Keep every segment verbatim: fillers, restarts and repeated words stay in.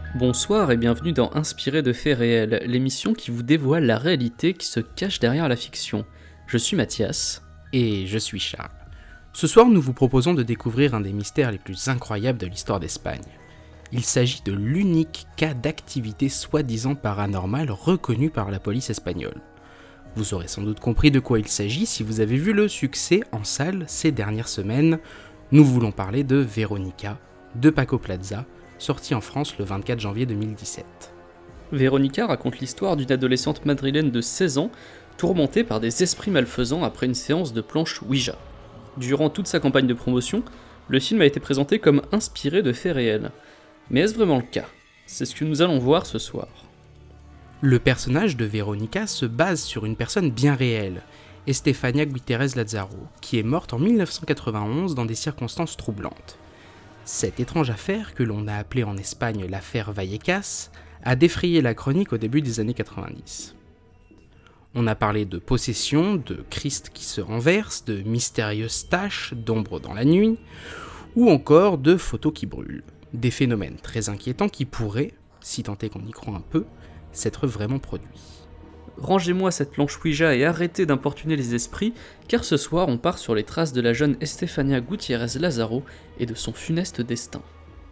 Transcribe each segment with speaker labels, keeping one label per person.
Speaker 1: Bonsoir et bienvenue dans Inspiré de faits réels, l'émission qui vous dévoile la réalité qui se cache derrière la fiction. Je suis Mathias.
Speaker 2: Et je suis Charles. Ce soir, nous vous proposons de découvrir un des mystères les plus incroyables de l'histoire d'Espagne. Il s'agit de l'unique cas d'activité soi-disant paranormale reconnu par la police espagnole. Vous aurez sans doute compris de quoi il s'agit si vous avez vu le succès en salle ces dernières semaines. Nous voulons parler de Véronica, de Paco Plaza, sorti en France le vingt-quatre janvier deux mille dix-sept.
Speaker 1: Véronica raconte l'histoire d'une adolescente madrilène de seize ans, tourmentée par des esprits malfaisants après une séance de planche Ouija. Durant toute sa campagne de promotion, le film a été présenté comme inspiré de faits réels. Mais est-ce vraiment le cas ? C'est ce que nous allons voir ce soir.
Speaker 2: Le personnage de Véronica se base sur une personne bien réelle, Estefania Gutiérrez Lázaro, qui est morte en dix-neuf cent quatre-vingt-onze dans des circonstances troublantes. Cette étrange affaire, que l'on a appelée en Espagne l'affaire Vallecas, a défrayé la chronique au début des années quatre-vingt-dix. On a parlé de possession, de Christ qui se renverse, de mystérieuses taches d'ombre dans la nuit, ou encore de photos qui brûlent. Des phénomènes très inquiétants qui pourraient, si tant est qu'on y croit un peu, s'être vraiment produits.
Speaker 1: Rangez-moi cette planche Ouija et arrêtez d'importuner les esprits, car ce soir on part sur les traces de la jeune Estefania Gutiérrez Lázaro et de son funeste destin.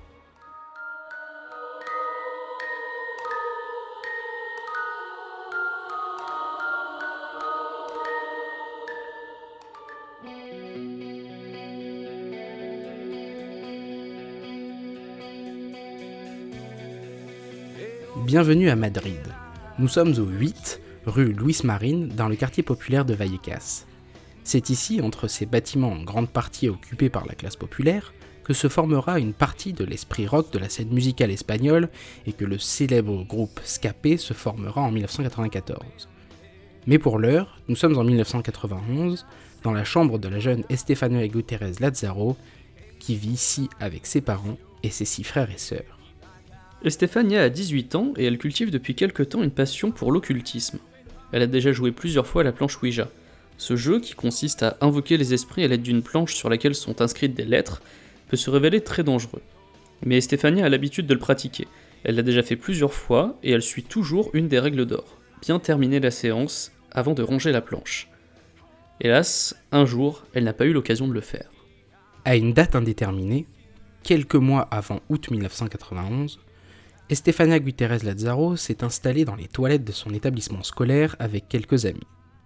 Speaker 2: Bienvenue à Madrid. Nous sommes au huit, rue Luis Marín, dans le quartier populaire de Vallecas. C'est ici, entre ces bâtiments en grande partie occupés par la classe populaire, que se formera une partie de l'esprit rock de la scène musicale espagnole et que le célèbre groupe Scapé se formera en dix-neuf cent quatre-vingt-quatorze. Mais pour l'heure, nous sommes en dix-neuf cent quatre-vingt-onze, dans la chambre de la jeune Estefania Gutiérrez Lázaro, qui vit ici avec ses parents et ses six frères et sœurs.
Speaker 1: Estefania a dix-huit ans et elle cultive depuis quelque temps une passion pour l'occultisme. Elle a déjà joué plusieurs fois à la planche Ouija. Ce jeu, qui consiste à invoquer les esprits à l'aide d'une planche sur laquelle sont inscrites des lettres, peut se révéler très dangereux. Mais Estefania a l'habitude de le pratiquer. Elle l'a déjà fait plusieurs fois et elle suit toujours une des règles d'or. Bien terminer la séance avant de ranger la planche. Hélas, un jour, elle n'a pas eu l'occasion de le faire.
Speaker 2: À une date indéterminée, quelques mois avant août dix-neuf cent quatre-vingt-onze, Estefania Gutiérrez Lázaro s'est installée dans les toilettes de son établissement scolaire avec quelques amis.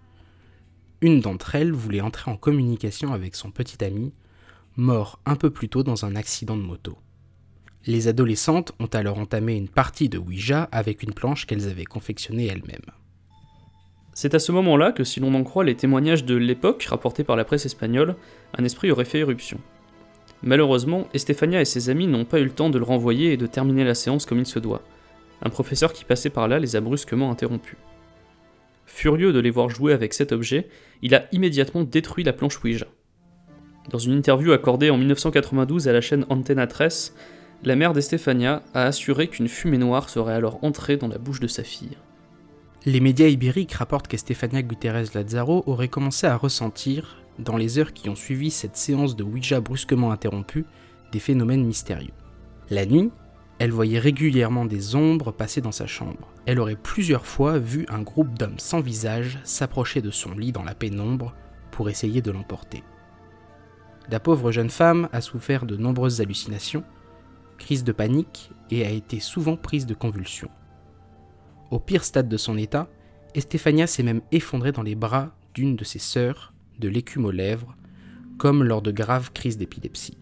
Speaker 2: Une d'entre elles voulait entrer en communication avec son petit ami, mort un peu plus tôt dans un accident de moto. Les adolescentes ont alors entamé une partie de Ouija avec une planche qu'elles avaient confectionnée elles-mêmes.
Speaker 1: C'est à ce moment-là que, si l'on en croit les témoignages de l'époque rapportés par la presse espagnole, un esprit aurait fait éruption. Malheureusement, Estefania et ses amis n'ont pas eu le temps de le renvoyer et de terminer la séance comme il se doit. Un professeur qui passait par là les a brusquement interrompus. Furieux de les voir jouer avec cet objet, il a immédiatement détruit la planche Ouija. Dans une interview accordée en dix-neuf cent quatre-vingt-douze à la chaîne Antena treize, la mère d'Estefania a assuré qu'une fumée noire serait alors entrée dans la bouche de sa fille.
Speaker 2: Les médias ibériques rapportent qu'Estefania Gutiérrez Lázaro aurait commencé à ressentir, dans les heures qui ont suivi cette séance de Ouija brusquement interrompue, des phénomènes mystérieux. La nuit, elle voyait régulièrement des ombres passer dans sa chambre. Elle aurait plusieurs fois vu un groupe d'hommes sans visage s'approcher de son lit dans la pénombre pour essayer de l'emporter. La pauvre jeune femme a souffert de nombreuses hallucinations, crises de panique et a été souvent prise de convulsions. Au pire stade de son état, Estefania s'est même effondrée dans les bras d'une de ses sœurs, de l'écume aux lèvres, comme lors de graves crises d'épilepsie.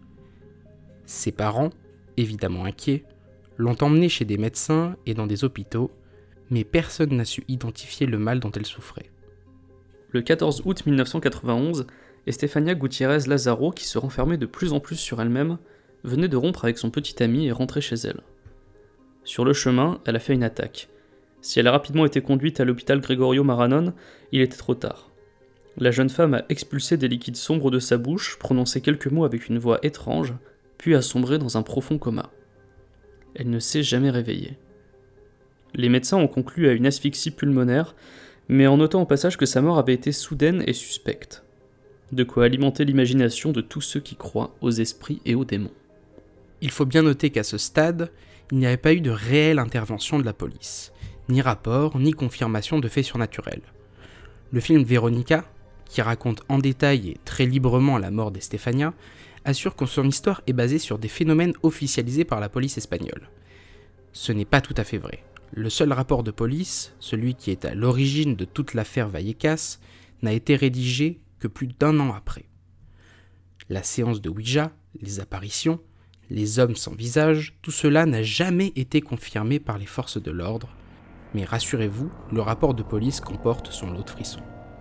Speaker 2: Ses parents, évidemment inquiets, l'ont emmenée chez des médecins et dans des hôpitaux, mais personne n'a su identifier le mal dont elle souffrait.
Speaker 1: Le quatorze août dix-neuf cent quatre-vingt-onze, Estefania Gutiérrez Lázaro, qui se renfermait de plus en plus sur elle-même, venait de rompre avec son petit ami et rentrer chez elle. Sur le chemin, elle a fait une attaque. Si elle a rapidement été conduite à l'hôpital Gregorio Marañón, il était trop tard. La jeune femme a expulsé des liquides sombres de sa bouche, prononcé quelques mots avec une voix étrange, puis a sombré dans un profond coma. Elle ne s'est jamais réveillée. Les médecins ont conclu à une asphyxie pulmonaire, mais en notant au passage que sa mort avait été soudaine et suspecte. De quoi alimenter l'imagination de tous ceux qui croient aux esprits et aux démons.
Speaker 2: Il faut bien noter qu'à ce stade, il n'y avait pas eu de réelle intervention de la police, ni rapport, ni confirmation de faits surnaturels. Le film Véronica, qui raconte en détail et très librement la mort d'Estefania, assure que son histoire est basée sur des phénomènes officialisés par la police espagnole. Ce n'est pas tout à fait vrai. Le seul rapport de police, celui qui est à l'origine de toute l'affaire Vallecas, n'a été rédigé que plus d'un an après. La séance de Ouija, les apparitions, les hommes sans visage, tout cela n'a jamais été confirmé par les forces de l'ordre, mais rassurez-vous, le rapport de police comporte son lot de frissons.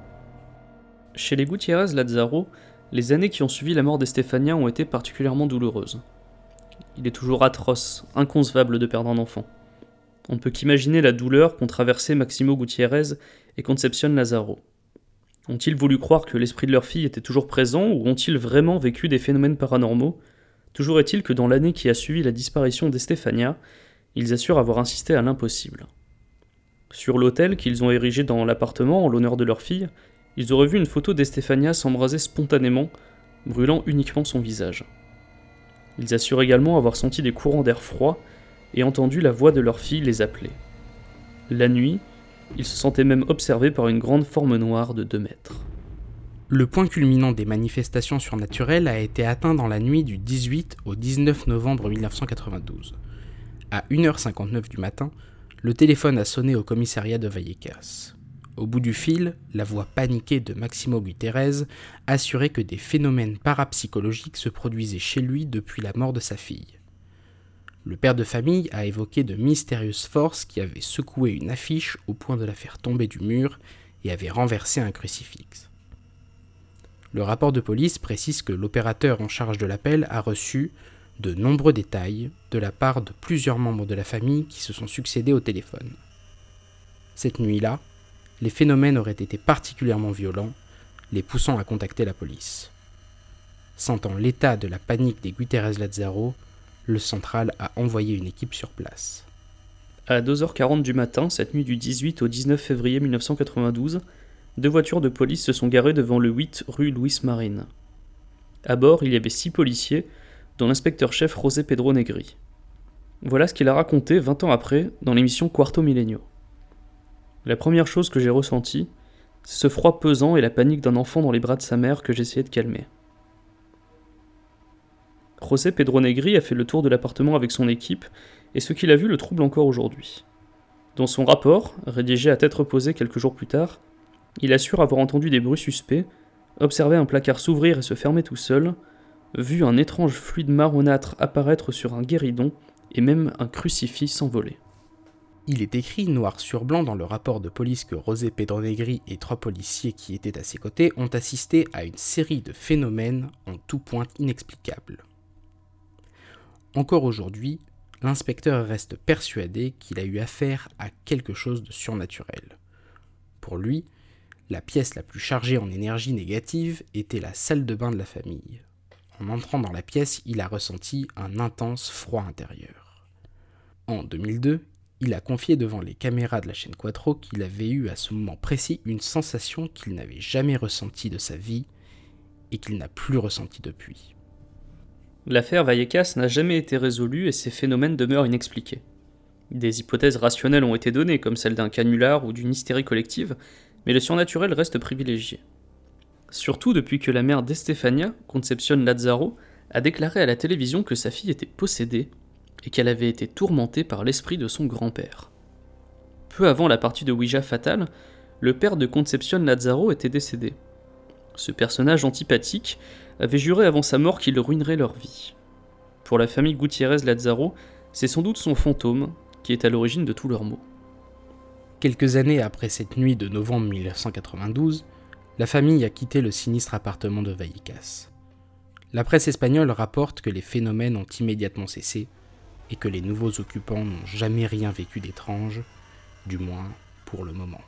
Speaker 1: Chez les Gutiérrez Lazaro, les années qui ont suivi la mort d'Estefania ont été particulièrement douloureuses. Il est toujours atroce, inconcevable de perdre un enfant. On ne peut qu'imaginer la douleur qu'ont traversé Maximo Gutiérrez et Concepción Lazaro. Ont-ils voulu croire que l'esprit de leur fille était toujours présent ou ont-ils vraiment vécu des phénomènes paranormaux ? Toujours est-il que dans l'année qui a suivi la disparition d'Estefania, ils assurent avoir insisté à l'impossible. Sur l'autel qu'ils ont érigé dans l'appartement en l'honneur de leur fille, ils auraient vu une photo d'Estefania s'embraser spontanément, brûlant uniquement son visage. Ils assurent également avoir senti des courants d'air froid et entendu la voix de leur fille les appeler. La nuit, ils se sentaient même observés par une grande forme noire de deux mètres.
Speaker 2: Le point culminant des manifestations surnaturelles a été atteint dans la nuit du dix-huit au dix-neuf novembre mille neuf cent quatre-vingt-douze. À une heure cinquante-neuf du matin, le téléphone a sonné au commissariat de Vallecas. Au bout du fil, la voix paniquée de Maximo Gutiérrez assurait que des phénomènes parapsychologiques se produisaient chez lui depuis la mort de sa fille. Le père de famille a évoqué de mystérieuses forces qui avaient secoué une affiche au point de la faire tomber du mur et avaient renversé un crucifix. Le rapport de police précise que l'opérateur en charge de l'appel a reçu de nombreux détails de la part de plusieurs membres de la famille qui se sont succédés au téléphone. Cette nuit-là, les phénomènes auraient été particulièrement violents, les poussant à contacter la police. Sentant l'état de la panique des Gutiérrez Lazaro, le central a envoyé une équipe sur place.
Speaker 1: À deux heures quarante du matin, cette nuit du dix-huit au dix-neuf février mille neuf cent quatre-vingt-douze, deux voitures de police se sont garées devant le huit rue Luis Marín. À bord, il y avait six policiers, dont l'inspecteur-chef José Pedro Negri. Voilà ce qu'il a raconté vingt ans après dans l'émission Cuarto Milenio. La première chose que j'ai ressentie, c'est ce froid pesant et la panique d'un enfant dans les bras de sa mère que j'essayais de calmer. José Pedro Negri a fait le tour de l'appartement avec son équipe et ce qu'il a vu le trouble encore aujourd'hui. Dans son rapport, rédigé à tête reposée quelques jours plus tard, il assure avoir entendu des bruits suspects, observé un placard s'ouvrir et se fermer tout seul, vu un étrange fluide marronâtre apparaître sur un guéridon et même un crucifix s'envoler.
Speaker 2: Il est écrit noir sur blanc dans le rapport de police que José Pedro Negri et trois policiers qui étaient à ses côtés ont assisté à une série de phénomènes en tout point inexplicables. Encore aujourd'hui, l'inspecteur reste persuadé qu'il a eu affaire à quelque chose de surnaturel. Pour lui, la pièce la plus chargée en énergie négative était la salle de bain de la famille. En entrant dans la pièce, il a ressenti un intense froid intérieur. En deux mille deux, il a confié devant les caméras de la chaîne Cuatro qu'il avait eu à ce moment précis une sensation qu'il n'avait jamais ressentie de sa vie et qu'il n'a plus ressentie depuis.
Speaker 1: L'affaire Vallecas n'a jamais été résolue et ces phénomènes demeurent inexpliqués. Des hypothèses rationnelles ont été données, comme celle d'un canular ou d'une hystérie collective, mais le surnaturel reste privilégié. Surtout depuis que la mère d'Estefania, Concepción Lazaro, a déclaré à la télévision que sa fille était possédée et qu'elle avait été tourmentée par l'esprit de son grand-père. Peu avant la partie de Ouija fatale, le père de Concepción Lazaro était décédé. Ce personnage antipathique avait juré avant sa mort qu'il ruinerait leur vie. Pour la famille Gutiérrez Lazaro, c'est sans doute son fantôme qui est à l'origine de tous leurs maux.
Speaker 2: Quelques années après cette nuit de novembre mille neuf cent quatre-vingt-douze, la famille a quitté le sinistre appartement de Vallecas. La presse espagnole rapporte que les phénomènes ont immédiatement cessé et que les nouveaux occupants n'ont jamais rien vécu d'étrange, du moins pour le moment.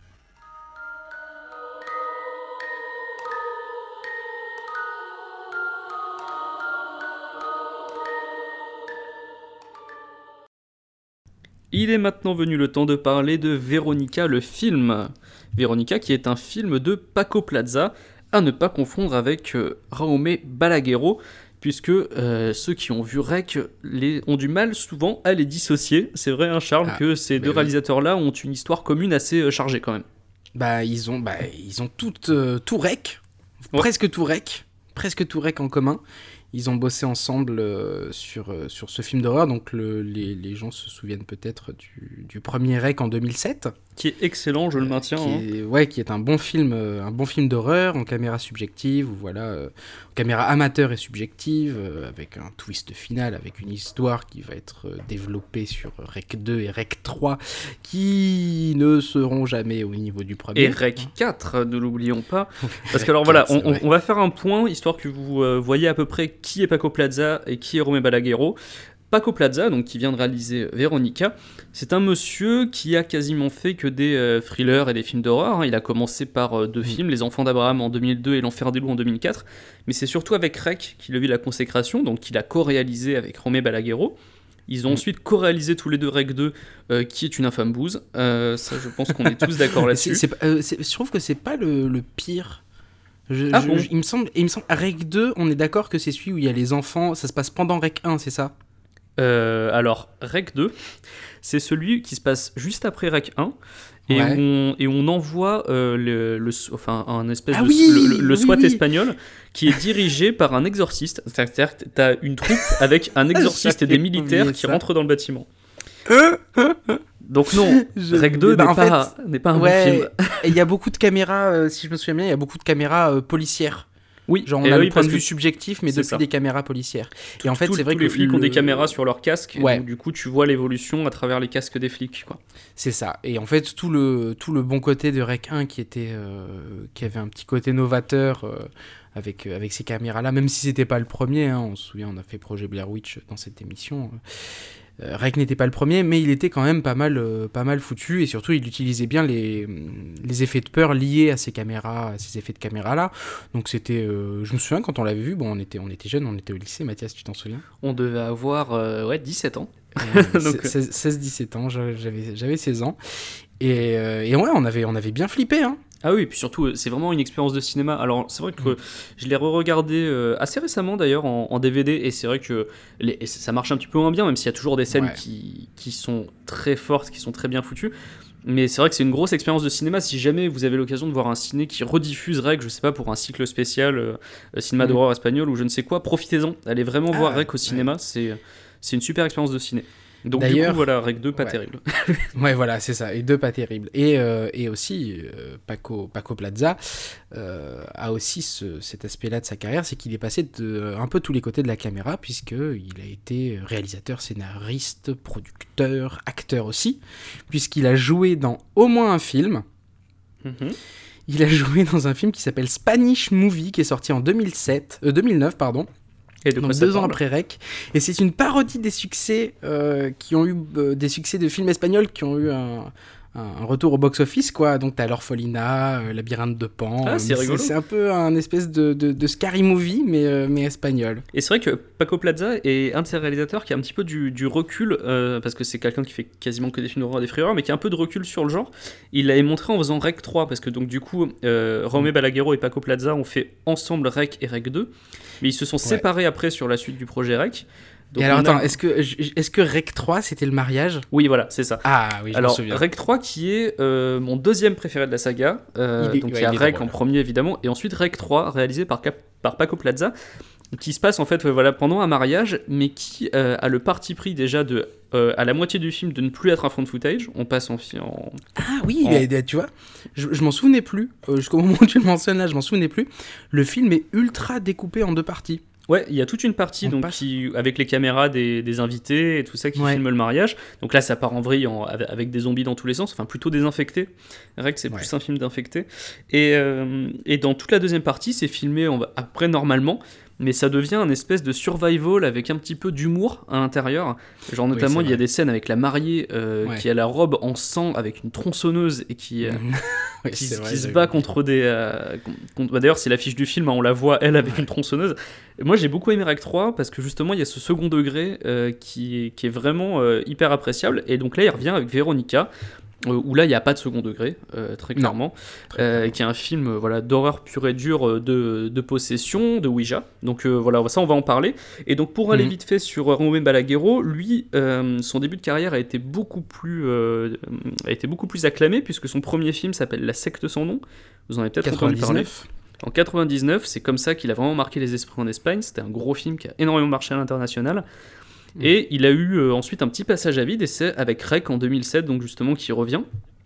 Speaker 1: Il est maintenant venu le temps de parler de Véronica, le film. Véronica qui est un film de Paco Plaza, à ne pas confondre avec euh, Jaume Balaguerro, puisque euh, ceux qui ont vu Rec les, ont du mal souvent à les dissocier. C'est vrai, hein, Charles, ah, que ces deux oui. réalisateurs-là ont une histoire commune assez euh, chargée quand même.
Speaker 2: Bah, ils ont, bah, ils ont tout, euh, tout Rec, ouais. presque tout Rec, presque tout Rec en commun. Ils ont bossé ensemble euh, sur, euh, sur ce film d'horreur, donc le, les, les gens se souviennent peut-être du, du premier Rec en deux mille sept.
Speaker 1: Qui est excellent, je le maintiens.
Speaker 2: Qui est,
Speaker 1: hein.
Speaker 2: Ouais, qui est un bon film, euh, un bon film d'horreur en caméra subjective, ou voilà, euh, caméra amateur et subjective, euh, avec un twist final, avec une histoire qui va être euh, développée sur Rec deux et Rec trois, qui ne seront jamais au niveau du premier.
Speaker 1: Et Rec quatre, ne l'oublions pas. Parce que alors voilà, on, on, on va faire un point, histoire que vous euh, voyez à peu près qui est Paco Plaza et qui est Romé Balaguerro. Paco Plaza, donc, qui vient de réaliser Véronica, c'est un monsieur qui a quasiment fait que des euh, thrillers et des films d'horreur. Hein. Il a commencé par euh, deux mmh. films, Les Enfants d'Abraham en deux mille deux et L'Enfer des loups en deux mille quatre, mais c'est surtout avec Rec qu'il a eu la consécration, donc qu'il a co-réalisé avec Romé Balaguerro. Ils ont mmh. ensuite co-réalisé tous les deux Rec deux, euh, qui est une infâme bouse. Euh, ça, je pense qu'on est tous d'accord là-dessus.
Speaker 2: c'est, c'est, euh, c'est, je trouve que c'est pas le, le pire. Je,
Speaker 1: ah
Speaker 2: je,
Speaker 1: bon
Speaker 2: je, il me semble, il me semble, Rec deux, on est d'accord que c'est celui où il y a les enfants, ça se passe pendant Rec un, c'est ça ?
Speaker 1: Euh, alors, Rec deux, c'est celui qui se passe juste après Rec un, et,
Speaker 2: ouais.
Speaker 1: où, on, et on envoie euh, le, le, enfin, un espèce
Speaker 2: ah
Speaker 1: de
Speaker 2: oui,
Speaker 1: le, le
Speaker 2: oui,
Speaker 1: SWAT
Speaker 2: oui.
Speaker 1: espagnol qui est dirigé par un exorciste. C'est-à-dire que t'as une troupe avec un exorciste et des militaires qui ça. rentrent dans le bâtiment. Donc non, Je... Rec deux bah, n'est, pas, fait, n'est pas un
Speaker 2: ouais,
Speaker 1: bon film.
Speaker 2: Et il y a beaucoup de caméras, euh, si je me souviens bien, il y a beaucoup de caméras euh, policières.
Speaker 1: Oui,
Speaker 2: genre on
Speaker 1: et
Speaker 2: a
Speaker 1: oui,
Speaker 2: le point de vue subjectif, mais depuis
Speaker 1: ça.
Speaker 2: des caméras policières.
Speaker 1: Tout,
Speaker 2: et en fait,
Speaker 1: tout,
Speaker 2: c'est vrai
Speaker 1: tous
Speaker 2: que
Speaker 1: les flics
Speaker 2: le...
Speaker 1: ont des caméras sur leurs casques,
Speaker 2: ouais.
Speaker 1: et donc, du coup, tu vois l'évolution à travers les casques des flics, quoi.
Speaker 2: C'est ça. Et en fait, tout le tout le bon côté de Rec un qui était euh, qui avait un petit côté novateur euh, avec euh, avec ces caméras-là, même si c'était pas le premier. Hein, on se souvient, on a fait Projet Blair Witch dans cette émission. Euh, Euh, Rec n'était pas le premier, mais il était quand même pas mal, euh, pas mal foutu, et surtout il utilisait bien les, les effets de peur liés à ces caméras, à ces effets de caméra là. Donc c'était, euh, je me souviens quand on l'avait vu, bon on était, on était jeunes, on était au lycée. Mathias, tu t'en souviens ?
Speaker 1: On devait avoir euh, ouais dix-sept ans.
Speaker 2: Euh, Donc... seize dix-sept ans, j'avais, j'avais seize ans, et, euh, et ouais on avait, on avait bien flippé, hein.
Speaker 1: Ah oui, et puis surtout, c'est vraiment une expérience de cinéma. Alors, c'est vrai que mmh. je l'ai re-regardé euh, assez récemment, d'ailleurs, en, en D V D, et c'est vrai que les, et ça marche un petit peu moins bien, même s'il y a toujours des scènes ouais. qui, qui sont très fortes, qui sont très bien foutues. Mais c'est vrai que c'est une grosse expérience de cinéma. Si jamais vous avez l'occasion de voir un ciné qui rediffuse Rec, je sais pas, pour un cycle spécial, euh, cinéma mmh. d'horreur espagnol ou je ne sais quoi, profitez-en. Allez vraiment ah, voir Rec au cinéma, ouais. c'est, c'est une super expérience de ciné. Donc D'ailleurs, du coup, voilà, Rec deux, pas
Speaker 2: ouais.
Speaker 1: terrible.
Speaker 2: Ouais, voilà, c'est ça, et deux, pas terrible. Et, euh, et aussi, euh, Paco, Paco Plaza euh, a aussi ce, cet aspect-là de sa carrière, c'est qu'il est passé de, un peu tous les côtés de la caméra, puisqu'il a été réalisateur, scénariste, producteur, acteur aussi, puisqu'il a joué dans au moins un film. Mm-hmm. Il a joué dans un film qui s'appelle Spanish Movie, qui est sorti en deux mille sept, euh, deux mille neuf, pardon.
Speaker 1: Et de
Speaker 2: donc deux ans après Rec, et c'est une parodie des succès euh, qui ont eu euh, des succès de films espagnols qui ont eu un, un retour au box-office, quoi. Donc t'as l'Orphelinat, euh, Labyrinthe de Pan.
Speaker 1: Ah, c'est
Speaker 2: euh,
Speaker 1: rigolo.
Speaker 2: C'est, c'est un peu un espèce de, de, de scary movie, mais, euh, mais espagnol.
Speaker 1: Et c'est vrai que Paco Plaza est un de ces réalisateurs qui a un petit peu du, du recul, euh, parce que c'est quelqu'un qui fait quasiment que des films d'horreur et des thrillers, mais qui a un peu de recul sur le genre. Il l'avait montré en faisant Rec trois, parce que donc du coup, euh, Romé Balaguerro et Paco Plaza ont fait ensemble Rec et Rec deux, mais ils se sont séparés ouais. après sur la suite du projet Rec.
Speaker 2: Donc et alors attends, a... est-ce que, est-ce que Rec trois c'était le mariage ?
Speaker 1: Oui, voilà, c'est ça.
Speaker 2: Ah oui, je
Speaker 1: alors,
Speaker 2: m'en souviens.
Speaker 1: Rec trois qui est euh, mon deuxième préféré de la saga. Euh, il est, donc il ouais, y a Rec en premier évidemment, et ensuite Rec trois réalisé par, Cap- par Paco Plaza, qui se passe en fait euh, voilà, pendant un mariage, mais qui euh, a le parti pris déjà de, euh, à la moitié du film de ne plus être un found footage. On passe en... en
Speaker 2: ah oui,
Speaker 1: en...
Speaker 2: Mais, tu vois, je, je m'en souvenais plus, euh, jusqu'au moment où tu le mentionnes là, je m'en souvenais plus. Le film est ultra découpé en deux parties.
Speaker 1: Ouais, il y a toute une partie donc, qui, avec les caméras des, des invités et tout ça qui ouais. filme le mariage. Donc là, ça part en vrille en, avec des zombies dans tous les sens, enfin plutôt des infectés. Rec, c'est ouais. plus un film d'infectés. Et, euh, et dans toute la deuxième partie, c'est filmé en, après normalement, mais ça devient un espèce de survival avec un petit peu d'humour à l'intérieur. Genre notamment, oui, il y a des scènes avec la mariée euh, ouais. qui a la robe en sang avec une tronçonneuse et qui, euh, oui, qui, vrai, qui se bat contre des... Euh, contre... Bah, d'ailleurs, c'est l'affiche du film, hein, on la voit, elle, avec ouais. une tronçonneuse. Et moi, j'ai beaucoup aimé Rec trois parce que justement, il y a ce second degré euh, qui, est, qui est vraiment euh, hyper appréciable. Et donc là, il revient avec Véronica. euh, où là il n'y a pas de second degré, euh, très clairement,
Speaker 2: très
Speaker 1: euh,
Speaker 2: clairement.
Speaker 1: qui est un film euh, voilà, d'horreur pure et dure euh, de, de possession, de Ouija. Donc euh, voilà, ça on va en parler. Et donc pour aller
Speaker 2: Mhm.
Speaker 1: vite fait sur euh, Jaume Balaguerro, lui, euh, son début de carrière a été beaucoup plus, euh, a été beaucoup plus acclamé, puisque son premier film s'appelle La secte sans nom. Vous en avez peut-être entendu parler.
Speaker 2: quatre-vingt-dix-neuf.
Speaker 1: En quatre-vingt-dix-neuf, c'est comme ça qu'il a vraiment marqué les esprits en Espagne. C'était un gros film qui a énormément marché à l'international. Mmh. Et il a eu euh, ensuite un petit passage à vide, et c'est avec Rec en deux mille sept, donc justement, qui revient.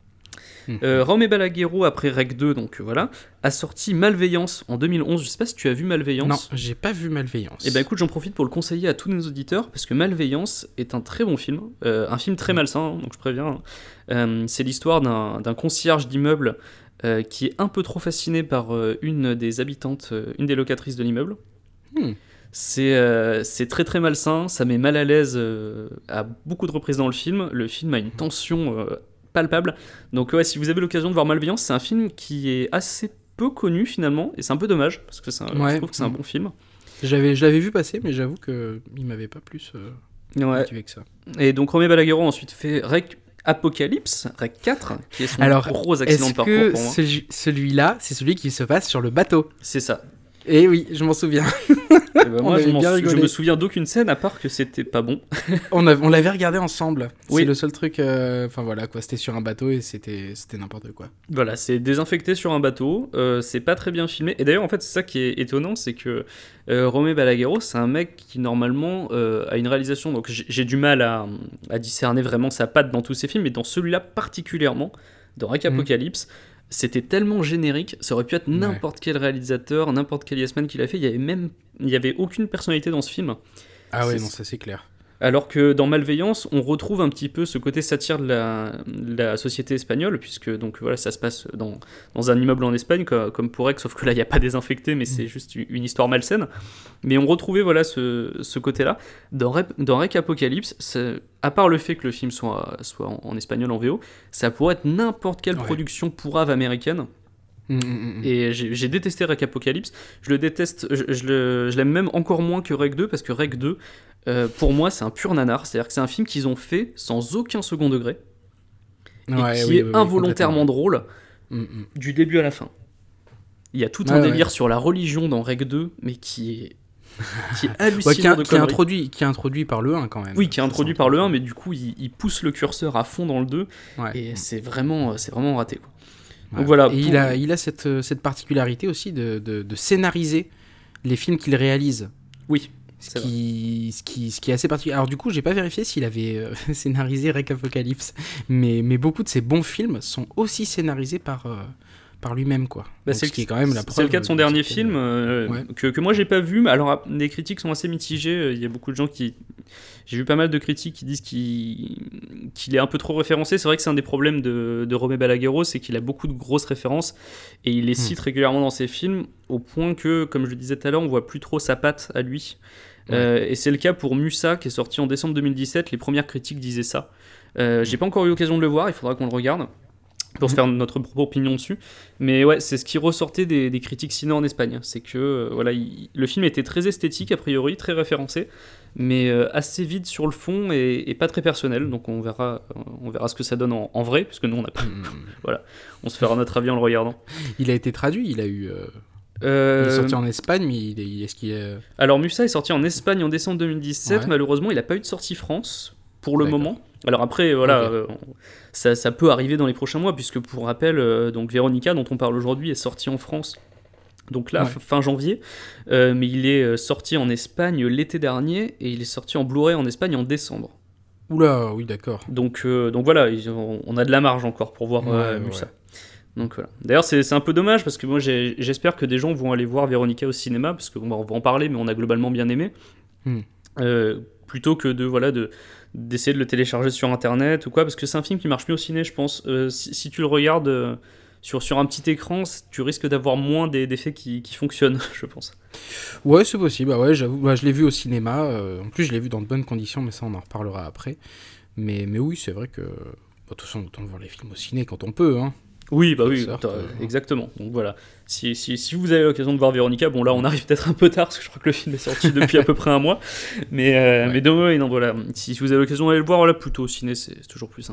Speaker 1: Mmh. Euh, Jaume Balaguerro, après Rec deux, donc euh, voilà, a sorti Malveillance en deux mille onze. Je sais pas si tu as vu Malveillance.
Speaker 2: Non, j'ai pas vu Malveillance.
Speaker 1: Et ben écoute, j'en profite pour le conseiller à tous nos auditeurs, parce que Malveillance est un très bon film, euh, un film très malsain, hein, donc je préviens. Euh, c'est l'histoire d'un, d'un concierge d'immeuble Euh, qui est un peu trop fasciné par euh, une des habitantes, euh, une des locatrices de l'immeuble. Hmm. C'est, euh, c'est très très malsain, ça met mal à l'aise euh, à beaucoup de reprises dans le film. Le film a une tension euh, palpable. Donc ouais, si vous avez l'occasion de voir Malveillance, c'est un film qui est assez peu connu finalement, et c'est un peu dommage, parce que c'est un, ouais. je trouve que c'est un bon film.
Speaker 2: J'avais, je l'avais vu passer, mais j'avoue qu'il ne m'avait pas plus euh,
Speaker 1: ouais.
Speaker 2: motivé que ça.
Speaker 1: Et donc Jaume Balaguerro a ensuite fait Rec... Apocalypse, Rec quatre, qui est son
Speaker 2: Alors,
Speaker 1: gros accident de parcours
Speaker 2: que
Speaker 1: pour moi.
Speaker 2: Celui, celui-là, c'est celui qui se passe sur le bateau.
Speaker 1: C'est ça.
Speaker 2: Et oui, je m'en souviens.
Speaker 1: Et ben moi, je, bien je me souviens d'aucune scène à part que c'était pas bon.
Speaker 2: on, a, on l'avait regardé ensemble.
Speaker 1: Oui.
Speaker 2: C'est le seul truc. Enfin euh, voilà, quoi. C'était sur un bateau et c'était, c'était n'importe quoi.
Speaker 1: Voilà, c'est désinfecté sur un bateau. Euh, c'est pas très bien filmé. Et d'ailleurs, en fait, c'est ça qui est étonnant, c'est que euh, Jaume Balaguerro, c'est un mec qui normalement euh, a une réalisation. Donc j'ai, j'ai du mal à, à discerner vraiment sa patte dans tous ses films, mais dans celui-là particulièrement, dans Rec Apocalypse. Mmh. C'était tellement générique, ça aurait pu être n'importe ouais. quel réalisateur, n'importe quel Yes Man qui l'a fait, il y avait même, il y avait aucune personnalité dans ce film.
Speaker 2: Ah ouais, c'est... non, ça c'est clair.
Speaker 1: Alors que dans Malveillance, on retrouve un petit peu ce côté satire de la, de la société espagnole, puisque donc voilà, ça se passe dans, dans un immeuble en Espagne, comme, comme pour Rec, sauf que là, il n'y a pas désinfecté, mais c'est juste une histoire malsaine. Mais on retrouvait voilà, ce, ce côté-là. Dans Rec, dans Rec Apocalypse, à part le fait que le film soit, soit en, en espagnol, en V O, ça pourrait être n'importe quelle ouais. production pourrave américaine. Mmh, mmh, mmh. Et j'ai, j'ai détesté Rec Apocalypse. Je le déteste, je, je, le, je l'aime même encore moins que Rec deux, parce que Rec deux, euh, pour moi, c'est un pur nanar. C'est-à-dire que c'est un film qu'ils ont fait sans aucun second degré, ouais, et qui oui, est oui, involontairement drôle mmh, mmh. du début à la fin. Il y a tout un ouais, délire ouais. sur la religion dans Rec deux, mais qui est, qui est hallucinant.
Speaker 2: Ouais, qui, a,
Speaker 1: de
Speaker 2: qui, est introduit, qui est introduit par le un quand même.
Speaker 1: Oui, qui est introduit par le un, mais du coup, il, il pousse le curseur à fond dans le deux, ouais. et c'est vraiment, c'est vraiment raté, quoi.
Speaker 2: Ouais. Donc voilà, et pour... il a, il a cette, cette particularité aussi de, de, de scénariser les films qu'il réalise.
Speaker 1: Oui.
Speaker 2: Ce qui, ce, qui, ce qui est assez particulier. Alors du coup, j'ai pas vérifié s'il avait euh, scénarisé Rec Apocalypse, mais, mais beaucoup de ses bons films sont aussi scénarisés par, euh, par lui-même, quoi.
Speaker 1: Bah, c'est, le, qui est quand même la c'est le cas de son de dernier film, euh, ouais. que, que moi j'ai pas vu, mais alors les critiques sont assez mitigées. Il y a beaucoup de gens qui... J'ai vu pas mal de critiques qui disent qu'il, qu'il est un peu trop référencé. C'est vrai que c'est un des problèmes de, de Jaume Balaguerro, c'est qu'il a beaucoup de grosses références et il les cite mmh. régulièrement dans ses films, au point que, comme je le disais tout à l'heure, on voit plus trop sa patte à lui. Ouais. Euh, et c'est le cas pour Musa, qui est sorti en décembre deux mille dix-sept. Les premières critiques disaient ça. Euh, mmh. J'ai pas encore eu l'occasion de le voir, il faudra qu'on le regarde pour mmh. se faire notre propre opinion dessus. Mais ouais, c'est ce qui ressortait des, des critiques ciné en Espagne. C'est que euh, voilà, il, le film était très esthétique, a priori, très référencé, mais euh, assez vide sur le fond et, et pas très personnel. Donc on verra, on verra ce que ça donne en, en vrai, puisque nous on a pas... mmh. voilà, on se fera notre avis en le regardant.
Speaker 2: Il a été traduit, il a eu... Euh... Euh... Il est sorti en Espagne, mais il est, il est-ce qu'il est...
Speaker 1: Alors Musa est sorti en Espagne en décembre deux mille dix-sept. Ouais. Malheureusement, il n'a pas eu de sortie France pour le D'accord. moment. Alors après, voilà, okay. euh, ça, ça peut arriver dans les prochains mois, puisque pour rappel, euh, donc Véronica, dont on parle aujourd'hui, est sortie en France. Donc là, ouais. fin janvier, euh, mais il est sorti en Espagne l'été dernier et il est sorti en Blu-ray en Espagne en décembre.
Speaker 2: Oula, oui, d'accord.
Speaker 1: Donc, euh, donc voilà, on a de la marge encore pour voir ouais, euh, Musa. Ouais. Donc voilà. D'ailleurs, c'est, c'est un peu dommage parce que moi, j'ai, j'espère que des gens vont aller voir Véronica au cinéma parce qu'on va en parler, mais on a globalement bien aimé. Hmm. Euh, plutôt que de voilà de d'essayer de le télécharger sur internet ou quoi, parce que c'est un film qui marche mieux au ciné, je pense. Euh, si, si tu le regardes euh, sur, sur un petit écran, tu risques d'avoir moins des, d'effets qui, qui fonctionnent, je pense.
Speaker 2: Ouais, c'est possible. Bah ouais, j'avoue, bah, je l'ai vu au cinéma. Euh, en plus, je l'ai vu dans de bonnes conditions, mais ça, on en reparlera après. Mais, mais oui, c'est vrai que... Bah, de toute façon, autant voir les films au ciné quand on peut, hein.
Speaker 1: Oui, bah oui, sorte, euh... exactement. Donc voilà, si, si, si vous avez l'occasion de voir Véronica, bon là on arrive peut-être un peu tard parce que je crois que le film est sorti depuis à peu près un mois, mais, euh, ouais. mais donc, ouais, non, voilà, si vous avez l'occasion d'aller le voir, voilà, plutôt au ciné, c'est, c'est toujours plus sympa.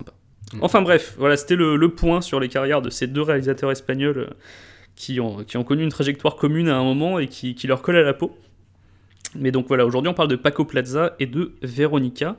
Speaker 1: Enfin bref, voilà, c'était le, le point sur les carrières de ces deux réalisateurs espagnols euh, qui, ont, qui ont connu une trajectoire commune à un moment et qui, qui leur colle à la peau. Mais donc voilà, aujourd'hui on parle de Paco Plaza et de Veronica.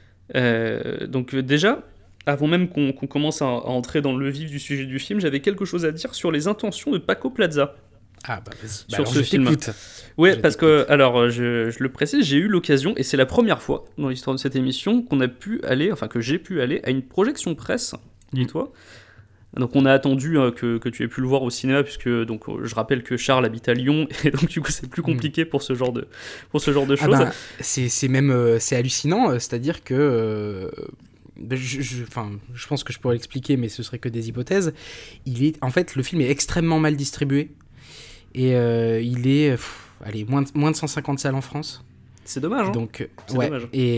Speaker 1: Euh, donc euh, déjà, avant même qu'on, qu'on commence à, à entrer dans le vif du sujet du film, j'avais quelque chose à dire sur les intentions de Paco Plaza.
Speaker 2: Ah bah vas-y,
Speaker 1: sur
Speaker 2: bah alors
Speaker 1: ce
Speaker 2: je
Speaker 1: film.
Speaker 2: t'écoute.
Speaker 1: Ouais,
Speaker 2: Je
Speaker 1: parce
Speaker 2: t'écoute.
Speaker 1: que, alors, je, je le précise, j'ai eu l'occasion, et c'est la première fois dans l'histoire de cette émission, qu'on a pu aller, enfin que j'ai pu aller, à une projection presse, dis-toi. Donc on a attendu hein, que, que tu aies pu le voir au cinéma, puisque donc, je rappelle que Charles habite à Lyon, et donc du coup c'est plus compliqué pour ce genre de, pour ce genre de
Speaker 2: Ah
Speaker 1: choses.
Speaker 2: bah, c'est, c'est même euh, c'est hallucinant, euh, c'est-à-dire que... euh, Je, je, enfin, je pense que je pourrais l'expliquer, mais ce serait que des hypothèses. Il est, en fait, le film est extrêmement mal distribué. Et euh, il est, pff, allez, moins de, moins de cent cinquante salles en France.
Speaker 1: C'est dommage, hein.
Speaker 2: Donc,
Speaker 1: C'est
Speaker 2: ouais.
Speaker 1: dommage.
Speaker 2: Et,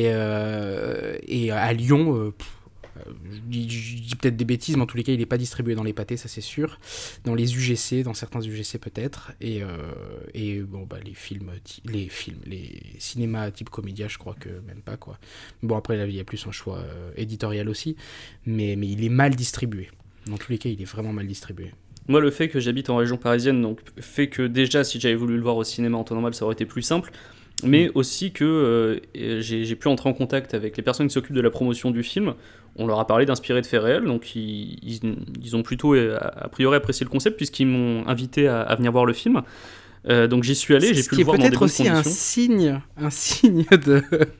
Speaker 2: euh, et à Lyon, euh, pff, je dis, je dis peut-être des bêtises, mais en tous les cas, il n'est pas distribué dans les pâtés, ça c'est sûr. Dans les U G C, dans certains U G C peut-être. Et, euh, et bon, bah, les films, les films, les cinémas type comédia, je crois que même pas, quoi. Bon, après, là, il y a plus un choix euh, éditorial aussi. Mais, mais il est mal distribué. Dans tous les cas, il est vraiment mal distribué.
Speaker 1: Moi, le fait que j'habite en région parisienne, donc fait que déjà, si j'avais voulu le voir au cinéma en temps normal, ça aurait été plus simple. Mais aussi que euh, j'ai, j'ai pu entrer en contact avec les personnes qui s'occupent de la promotion du film. On leur a parlé d'inspirer de faits réels, donc ils, ils, ils ont plutôt a, a priori apprécié le concept puisqu'ils m'ont invité à, à venir voir le film. Euh, donc j'y suis allé, j'ai
Speaker 2: Ce
Speaker 1: pu
Speaker 2: qui
Speaker 1: le voir
Speaker 2: est
Speaker 1: dans des
Speaker 2: peut-être
Speaker 1: bonnes
Speaker 2: aussi
Speaker 1: conditions.
Speaker 2: un signe, un signe de,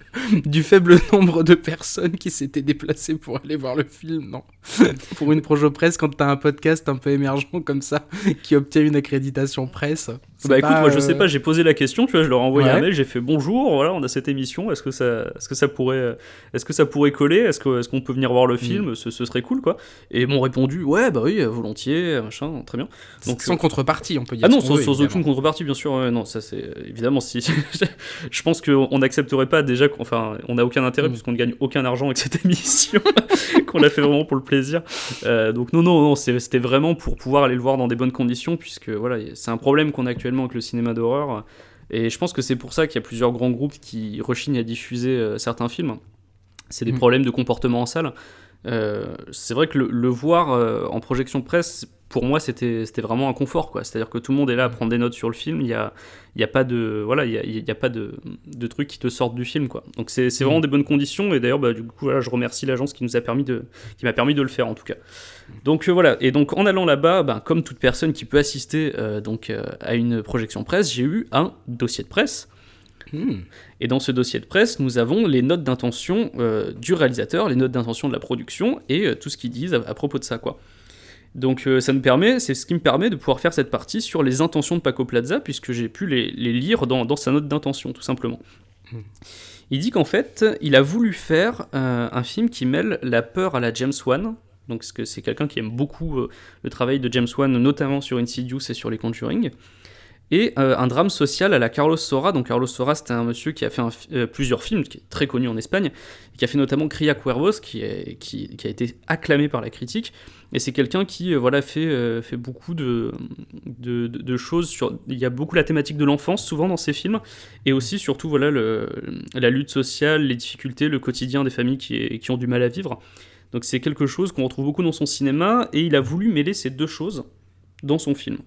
Speaker 2: du faible nombre de personnes qui s'étaient déplacées pour aller voir le film, non? Pour une projo presse, quand t'as un podcast un peu émergent comme ça, qui obtient une accréditation presse. c'est
Speaker 1: Bah écoute,
Speaker 2: pas,
Speaker 1: moi je sais
Speaker 2: euh,
Speaker 1: pas, j'ai posé la question, tu vois, je leur ai envoyé
Speaker 2: Ouais.
Speaker 1: un mail, j'ai fait bonjour, voilà, on a cette émission, est-ce que ça, est-ce que ça pourrait, est-ce que ça pourrait coller, est-ce que, est-ce qu'on peut venir voir le film, ce, ce serait cool quoi. Et ils m'ont répondu, ouais bah oui, volontiers, machin, très bien.
Speaker 2: Donc, sans contrepartie, on peut dire.
Speaker 1: Ah non,
Speaker 2: ce
Speaker 1: sans,
Speaker 2: qu'on veut,
Speaker 1: sans
Speaker 2: évidemment.
Speaker 1: aucune contrepartie, bien sûr. Ouais, non, ça c'est évidemment si. Je pense qu'on n'accepterait pas déjà. qu'on- Enfin, on n'a aucun intérêt
Speaker 2: Mm.
Speaker 1: puisqu'on ne gagne aucun argent avec cette émission, qu'on l'a fait vraiment pour le plaisir. Euh, donc non, non, non, c'est- c'était vraiment pour pouvoir aller le voir dans des bonnes conditions, puisque voilà, c'est un problème qu'on a actuellement avec le cinéma d'horreur. Et je pense que c'est pour ça qu'il y a plusieurs grands groupes qui rechignent à diffuser euh, certains films. C'est des
Speaker 2: Mm.
Speaker 1: problèmes de comportement en salle. Euh, c'est vrai que le, le voir euh, en projection presse, pour moi, c'était, c'était vraiment un confort, quoi. C'est-à-dire que tout le monde est là à prendre des notes sur le film. Il y a, il y a pas de, voilà, il y a, il y a pas de, de trucs qui te sortent du film, quoi. Donc c'est, c'est vraiment des bonnes conditions. Et d'ailleurs, bah, du coup, voilà, je remercie l'agence qui nous a permis de, qui m'a permis de le faire, en tout cas. Donc euh, voilà. Et donc en allant là-bas, bah, comme toute personne qui peut assister euh, donc euh, à une projection presse, j'ai eu un dossier de presse.
Speaker 2: Mm.
Speaker 1: Et dans ce dossier de presse, nous avons les notes d'intention euh, du réalisateur, les notes d'intention de la production et euh, tout ce qu'ils disent à, à propos de ça, quoi. Donc euh, ça me permet, c'est ce qui me permet de pouvoir faire cette partie sur les intentions de Paco Plaza, puisque j'ai pu les, les lire dans, dans sa note d'intention, tout simplement.
Speaker 2: Mm.
Speaker 1: Il dit qu'en fait, il a voulu faire euh, un film qui mêle la peur à la James Wan. Donc parce que c'est quelqu'un qui aime beaucoup euh, le travail de James Wan, notamment sur Insidious et sur les Conjuring. Et euh, un drame social à la Carlos Saura. Donc Carlos Saura, c'était un monsieur qui a fait un, euh, plusieurs films, qui est très connu en Espagne, et qui a fait notamment Cria Cuervos, qui, est, qui, qui a été acclamé par la critique. Et c'est quelqu'un qui euh, voilà, fait, euh, fait beaucoup de, de, de, de choses. Sur, il y a beaucoup la thématique de l'enfance, souvent dans ses films, et aussi, surtout, voilà, le, la lutte sociale, les difficultés, le quotidien des familles qui, est, qui ont du mal à vivre. Donc c'est quelque chose qu'on retrouve beaucoup dans son cinéma, et il a voulu mêler ces deux choses dans son film.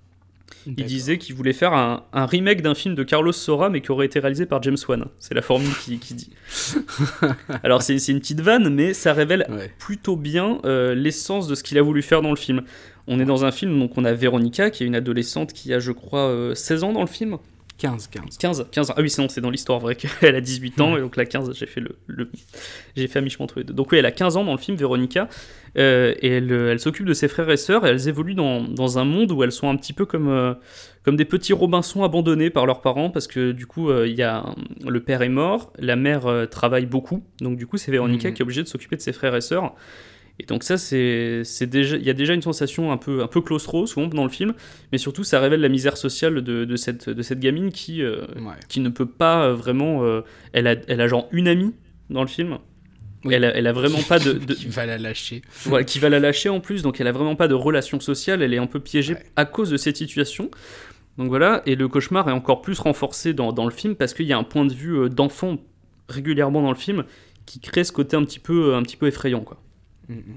Speaker 1: Il
Speaker 2: D'accord.
Speaker 1: disait qu'il voulait faire un, un remake d'un film de Carlos Saura, mais qui aurait été réalisé par James Wan. C'est la formule qui, qui dit. Alors c'est, c'est une petite vanne, mais ça révèle
Speaker 2: Ouais.
Speaker 1: plutôt bien euh, l'essence de ce qu'il a voulu faire dans le film. On est dans un film, donc on a Veronica, qui est une adolescente qui a, je crois, euh, seize ans dans le film.
Speaker 2: quinze, quinze.
Speaker 1: quinze, quinze ans. Ah oui, c'est, non, c'est dans l'histoire vrai qu'elle a dix-huit ans, et donc la quinze, j'ai fait, le, le, j'ai fait à mi-chemin entre les deux. Donc oui, elle a quinze ans dans le film, Veronica, euh, et elle, elle s'occupe de ses frères et sœurs, et elles évoluent dans, dans un monde où elles sont un petit peu comme, euh, comme des petits Robinsons abandonnés par leurs parents, parce que du coup, euh, y a un- le père est mort, la mère euh, travaille beaucoup, donc du coup, c'est Veronica
Speaker 2: Mhm.
Speaker 1: qui est obligée de s'occuper de ses frères et sœurs. Et donc ça, c'est, c'est déjà, il y a déjà une sensation un peu, un peu claustro, souvent dans le film, mais surtout, ça révèle la misère sociale de, de, cette, de cette gamine qui, euh,
Speaker 2: Ouais.
Speaker 1: qui ne peut pas euh, vraiment... euh, elle, a, elle a genre une amie dans le film.
Speaker 2: Oui.
Speaker 1: Elle, a, elle a vraiment pas de... de
Speaker 2: Qui va la lâcher.
Speaker 1: voilà, qui va la lâcher en plus, donc elle a vraiment pas de relation sociale, elle est un peu piégée
Speaker 2: Ouais.
Speaker 1: à cause de cette situation. Donc voilà, et le cauchemar est encore plus renforcé dans, dans le film, parce qu'il y a un point de vue euh, d'enfant régulièrement dans le film, qui crée ce côté un petit peu, un petit peu effrayant, quoi.
Speaker 2: Mmh, mmh.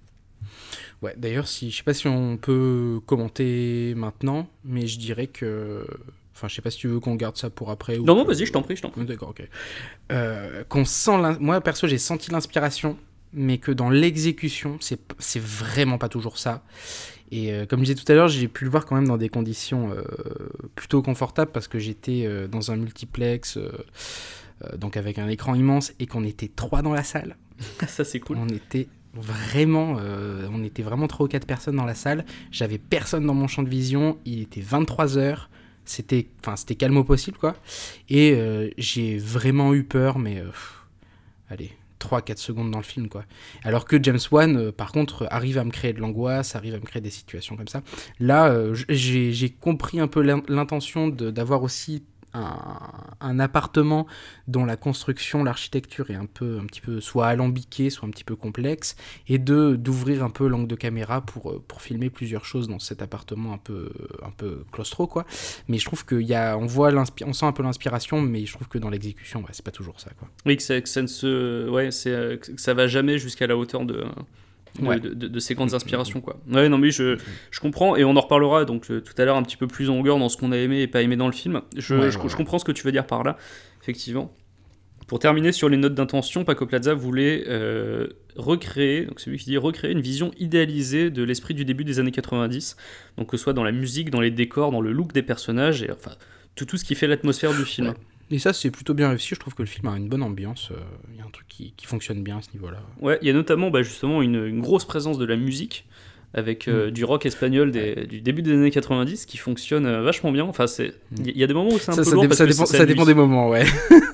Speaker 2: Ouais, d'ailleurs, si, je sais pas si on peut commenter maintenant, mais je dirais que... Enfin, je sais pas si tu veux qu'on garde ça pour après ou
Speaker 1: Non, non,
Speaker 2: que...
Speaker 1: vas-y, je t'en prie, je t'en prie.
Speaker 2: D'accord, ok. Euh, qu'on sent... l'in- Moi, perso, j'ai senti l'inspiration, mais que dans l'exécution, c'est, c'est vraiment pas toujours ça. Et euh, comme je disais tout à l'heure, j'ai pu le voir quand même dans des conditions euh, plutôt confortables, parce que j'étais euh, dans un multiplex, euh, euh, donc avec un écran immense, et qu'on était trois dans la salle.
Speaker 1: Ça, c'est cool.
Speaker 2: On était vraiment, euh, on était vraiment trois ou quatre personnes dans la salle. J'avais personne dans mon champ de vision. Il était vingt-trois heures. C'était, enfin, c'était calme au possible, quoi. Et euh, j'ai vraiment eu peur, mais euh, pff, allez, trois à quatre secondes dans le film, quoi. Alors que James Wan, euh, par contre, arrive à me créer de l'angoisse, arrive à me créer des situations comme ça. Là, euh, j'ai, j'ai compris un peu l'intention de, d'avoir aussi Un, un appartement dont la construction, l'architecture est un peu, un petit peu soit alambiquée, soit un petit peu complexe, et de d'ouvrir un peu l'angle de caméra pour pour filmer plusieurs choses dans cet appartement un peu un peu claustro, quoi. Mais je trouve qu'il y a, on voit on sent un peu l'inspiration, mais je trouve que dans l'exécution, ouais, c'est pas toujours ça, quoi.
Speaker 1: Oui, que ça, que ça ne se, ouais, c'est que ça va jamais jusqu'à la hauteur de. De,
Speaker 2: Ouais.
Speaker 1: de, de, de ces grandes inspirations, quoi. Ouais, non mais je, je comprends, et on en reparlera donc euh, tout à l'heure un petit peu plus en longueur dans ce qu'on a aimé et pas aimé dans le film. Je,
Speaker 2: Ouais,
Speaker 1: je,
Speaker 2: ouais,
Speaker 1: je
Speaker 2: ouais.
Speaker 1: comprends ce que tu veux dire par là, effectivement. Pour terminer sur les notes d'intention, Paco Plaza voulait euh, recréer, donc c'est lui qui dit recréer une vision idéalisée de l'esprit du début des années quatre-vingt-dix, donc que ce soit dans la musique, dans les décors, dans le look des personnages, et enfin tout, tout ce qui fait l'atmosphère du film.
Speaker 2: Ouais. Et ça, c'est plutôt bien réussi. Je trouve que le film a une bonne ambiance. Il euh, y a un truc qui, qui fonctionne bien à ce niveau-là.
Speaker 1: Ouais, il y a notamment bah, justement une, une grosse présence de la musique, avec euh, mmh. du rock espagnol des, ouais. du début des années quatre-vingt-dix qui fonctionne euh, vachement bien. Enfin, c'est il mmh. y, y a des moments où c'est un
Speaker 2: ça,
Speaker 1: peu
Speaker 2: ça
Speaker 1: lourd
Speaker 2: dé-
Speaker 1: parce
Speaker 2: ça
Speaker 1: que
Speaker 2: dépend,
Speaker 1: ça,
Speaker 2: ça dépend des moments, ouais.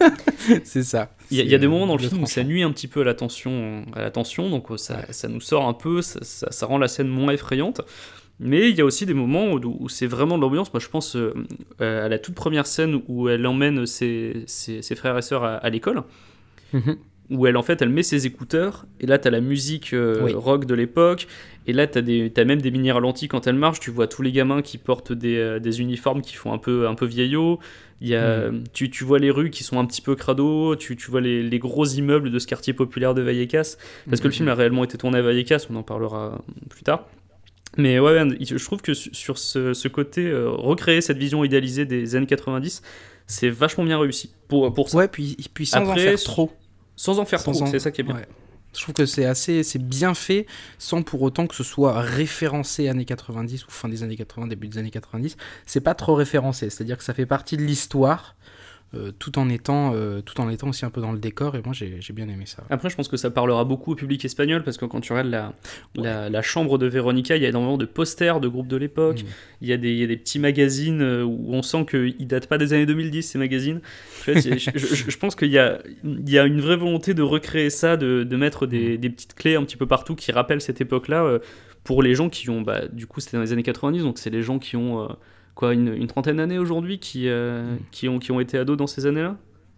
Speaker 2: C'est ça.
Speaker 1: Il y, y a des moments dans le film où ça nuit un petit peu à la tension, à la tension donc ça, ouais. ça nous sort un peu, ça, ça, ça rend la scène moins effrayante. Mais il y a aussi des moments où, où c'est vraiment de l'ambiance. Moi, je pense euh, à la toute première scène où elle emmène ses, ses, ses frères et sœurs à, à l'école, mmh. où elle, en fait, elle met ses écouteurs, et là, t'as la musique euh, oui. rock de l'époque, et là, t'as, des, t'as même des mini-ralentis quand elle marche, tu vois tous les gamins qui portent des, euh, des uniformes qui font un peu, un peu vieillot, il y a, mmh. tu, tu vois les rues qui sont un petit peu crado, tu, tu vois les, les gros immeubles de ce quartier populaire de Vallecas, parce mmh. que le film a réellement été tourné à Vallecas, on en parlera plus tard. Mais ouais, je trouve que sur ce, ce côté, euh, recréer cette vision idéalisée des années quatre-vingt-dix, c'est vachement bien réussi pour, pour ça.
Speaker 2: Ouais, puis, puis sans
Speaker 1: Après,
Speaker 2: en faire trop.
Speaker 1: Sans en faire
Speaker 2: sans
Speaker 1: trop,
Speaker 2: en...
Speaker 1: c'est ça qui est bien.
Speaker 2: Ouais. Je trouve que c'est assez, c'est bien fait, sans pour autant que ce soit référencé années quatre-vingt-dix ou fin des années quatre-vingts, début des années quatre-vingt-dix. C'est pas trop référencé, c'est-à-dire que ça fait partie de l'histoire. Euh, tout en étant euh, tout en étant aussi un peu dans le décor, et moi j'ai, j'ai bien aimé ça.
Speaker 1: Après je pense que ça parlera beaucoup au public espagnol, parce que quand tu regardes la,
Speaker 2: ouais.
Speaker 1: la, la chambre de Véronica, il y a énormément de posters de groupes de l'époque, mmh. il, y a des, il y a des petits magazines où on sent qu'ils datent pas des années deux mille dix, ces magazines. En fait, je, je, je pense qu'il y a, il y a une vraie volonté de recréer ça, de, de mettre des, mmh. des petites clés un petit peu partout qui rappellent cette époque-là, euh, pour les gens qui ont, bah, du coup c'était dans les années quatre-vingt-dix, donc c'est les gens qui ont euh, quoi, une, une trentaine d'années aujourd'hui, qui, euh, mmh. qui, ont, qui ont été ados dans ces années-là.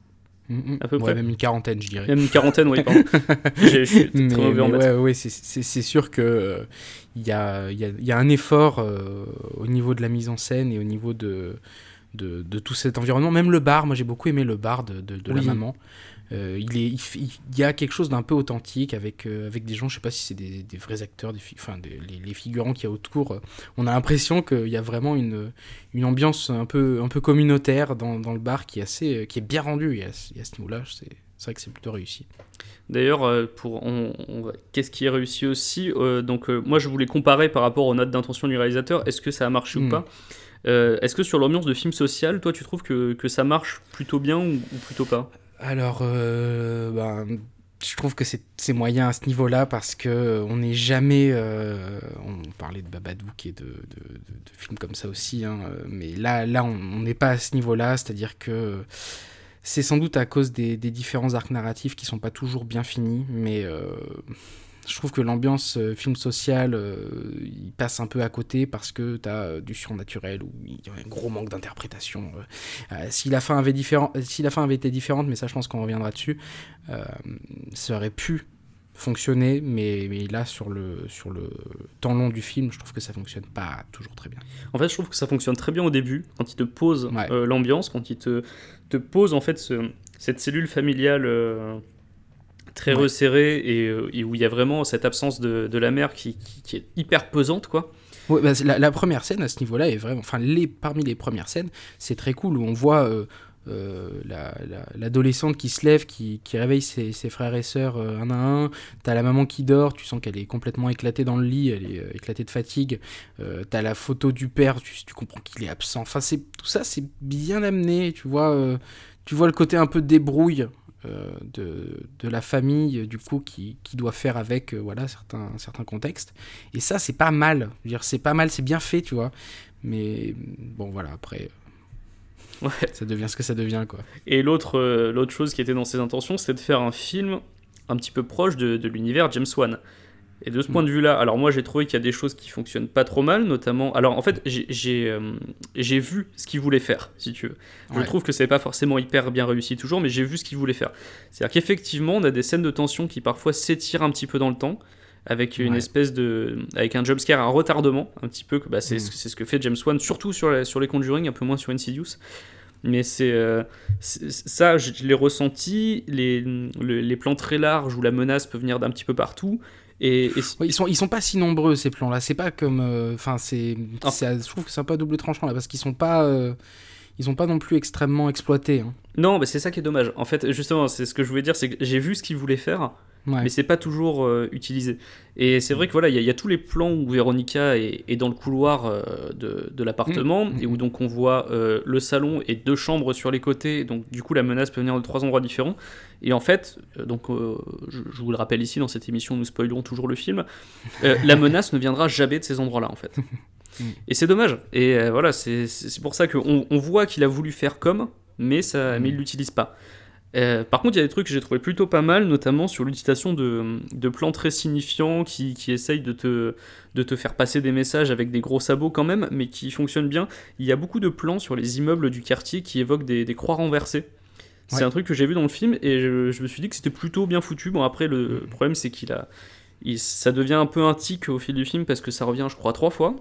Speaker 2: Mmh,
Speaker 1: à peu
Speaker 2: ouais,
Speaker 1: près.
Speaker 2: Même une quarantaine, je dirais.
Speaker 1: Même une quarantaine, oui, pardon. Je suis très
Speaker 2: mais,
Speaker 1: mauvais en
Speaker 2: mais
Speaker 1: maths.
Speaker 2: Ouais, ouais, c'est, c'est, c'est sûr qu'il euh, y, a, y, a, y a un effort euh, au niveau de la mise en scène et au niveau de, de, de tout cet environnement. Même le bar, moi j'ai beaucoup aimé le bar de, de, de oui. la maman. Euh, il, est, il, il y a quelque chose d'un peu authentique avec, euh, avec des gens, je sais pas si c'est des, des vrais acteurs, des, enfin, des, les, les figurants qu'il y a autour. On a l'impression qu'il y a vraiment une, une ambiance un peu, un peu communautaire dans, dans le bar qui est, assez, qui est bien rendue. Et à, et à ce niveau-là, c'est, c'est vrai que c'est plutôt réussi.
Speaker 1: D'ailleurs, pour, on, on va, qu'est-ce qui est réussi aussi euh, donc, euh, moi, je voulais comparer par rapport aux notes d'intention du réalisateur. Est-ce que ça a marché mmh. ou pas euh, Est-ce que sur l'ambiance de film social, toi, tu trouves que, que ça marche plutôt bien ou, ou plutôt pas ?
Speaker 2: Alors, euh, ben, je trouve que c'est, c'est moyen à ce niveau-là, parce qu'on n'est jamais... Euh, on parlait de Babadook et de, de, de, de films comme ça aussi, hein, mais là, là on n'est pas à ce niveau-là, c'est-à-dire que c'est sans doute à cause des, des différents arcs narratifs qui ne sont pas toujours bien finis, mais... Euh, je trouve que l'ambiance euh, film social, euh, il passe un peu à côté, parce que tu as euh, du surnaturel, où il y a un gros manque d'interprétation. Euh, euh, si, la fin avait différent, si la fin avait été différente, mais ça je pense qu'on reviendra dessus, euh, ça aurait pu fonctionner, mais, mais là sur le, sur le temps long du film, je trouve que ça fonctionne pas toujours très bien.
Speaker 1: En fait, je trouve que ça fonctionne très bien au début, quand il te pose
Speaker 2: ouais.
Speaker 1: euh, l'ambiance, quand il te, te pose en fait ce, cette cellule familiale... Euh... très
Speaker 2: Ouais.
Speaker 1: resserré et, euh, et où il y a vraiment cette absence de, de la mère qui, qui, qui est hyper pesante, quoi.
Speaker 2: Ouais, bah, la, la première scène à ce niveau-là est vraiment. Enfin, les, parmi les premières scènes, c'est très cool où on voit euh, euh, la, la- l'adolescente qui se lève, qui, qui réveille ses, ses frères et sœurs euh, un à un. T'as la maman qui dort, tu sens qu'elle est complètement éclatée dans le lit, elle est euh, éclatée de fatigue. Euh, t'as la photo du père, tu, tu comprends qu'il est absent. Enfin, c'est, tout ça, c'est bien amené, tu vois. Euh, tu vois le côté un peu débrouille. euh, De, de la famille euh, du coup qui, qui doit faire avec euh, voilà certains, certains contextes et ça c'est pas mal. Je veux dire, c'est pas mal, c'est bien fait, tu vois, mais bon voilà, après
Speaker 1: Ouais.
Speaker 2: ça devient ce que ça devient, quoi.
Speaker 1: Et l'autre, euh, l'autre chose qui était dans ses intentions, c'était de faire un film un petit peu proche de, de l'univers James Wan. Et de ce point
Speaker 2: Mm.
Speaker 1: de vue-là, alors moi j'ai trouvé qu'il y a des choses qui fonctionnent pas trop mal, notamment. Alors en fait, j'ai, j'ai, euh, j'ai vu ce qu'il voulait faire, si tu veux. Je
Speaker 2: Ouais.
Speaker 1: trouve que c'est pas forcément hyper bien réussi toujours, mais j'ai vu ce qu'il voulait faire. C'est-à-dire qu'effectivement, on a des scènes de tension qui parfois s'étirent un petit peu dans le temps, avec une
Speaker 2: Ouais.
Speaker 1: espèce de. Avec un jumpscare, un retardement, un petit peu. Bah, c'est,
Speaker 2: Mm.
Speaker 1: c'est ce que fait James Wan, surtout sur, la- sur les Conjuring, un peu moins sur Insidious. Mais c'est, euh, c'est- ça, je, je l'ai ressenti, les, le- les plans très larges où la menace peut venir d'un petit peu partout. Et, et-
Speaker 2: Ouais, ils sont ils sont pas si nombreux ces plans là, c'est pas comme enfin c'est
Speaker 1: Ah.
Speaker 2: c'est- je trouve que c'est un peu à double tranchant là parce qu'ils sont pas euh, ils sont pas non plus extrêmement exploités, hein.
Speaker 1: Non, mais c'est ça qui est dommage. En fait, justement, c'est ce que je voulais dire, c'est que j'ai vu ce qu'il voulait faire,
Speaker 2: Ouais.
Speaker 1: mais c'est pas toujours euh, utilisé. Et c'est vrai que voilà, il y, a- il y a tous les plans où Véronica est, est dans le couloir euh, de, de l'appartement,
Speaker 2: Mmh.
Speaker 1: et où donc on voit euh, le salon et deux chambres sur les côtés, donc du coup la menace peut venir de trois endroits différents. Et en fait, euh, donc euh, je, je vous le rappelle ici, dans cette émission, nous spoilerons toujours le film, euh, la menace ne viendra jamais de ces endroits-là, en fait. Et c'est dommage. Et euh, voilà, c'est, c'est c'est pour ça qu'on on voit qu'il a voulu faire comme, mais, ça,
Speaker 2: Mm.
Speaker 1: mais il l'utilise pas. Euh, par contre, il y a des trucs que j'ai trouvé plutôt pas mal, notamment sur l'utilisation de, de plans très signifiants qui, qui essayent de te, de te faire passer des messages avec des gros sabots quand même, mais qui fonctionnent bien. Il y a beaucoup de plans sur les immeubles du quartier qui évoquent des, des croix renversées. C'est
Speaker 2: Ouais.
Speaker 1: un truc que j'ai vu dans le film et je, je me suis dit que c'était plutôt bien foutu. Bon, après, le
Speaker 2: Mm.
Speaker 1: problème, c'est qu'il a. il- ça devient un peu un tic au fil du film parce que ça revient, je crois, trois fois.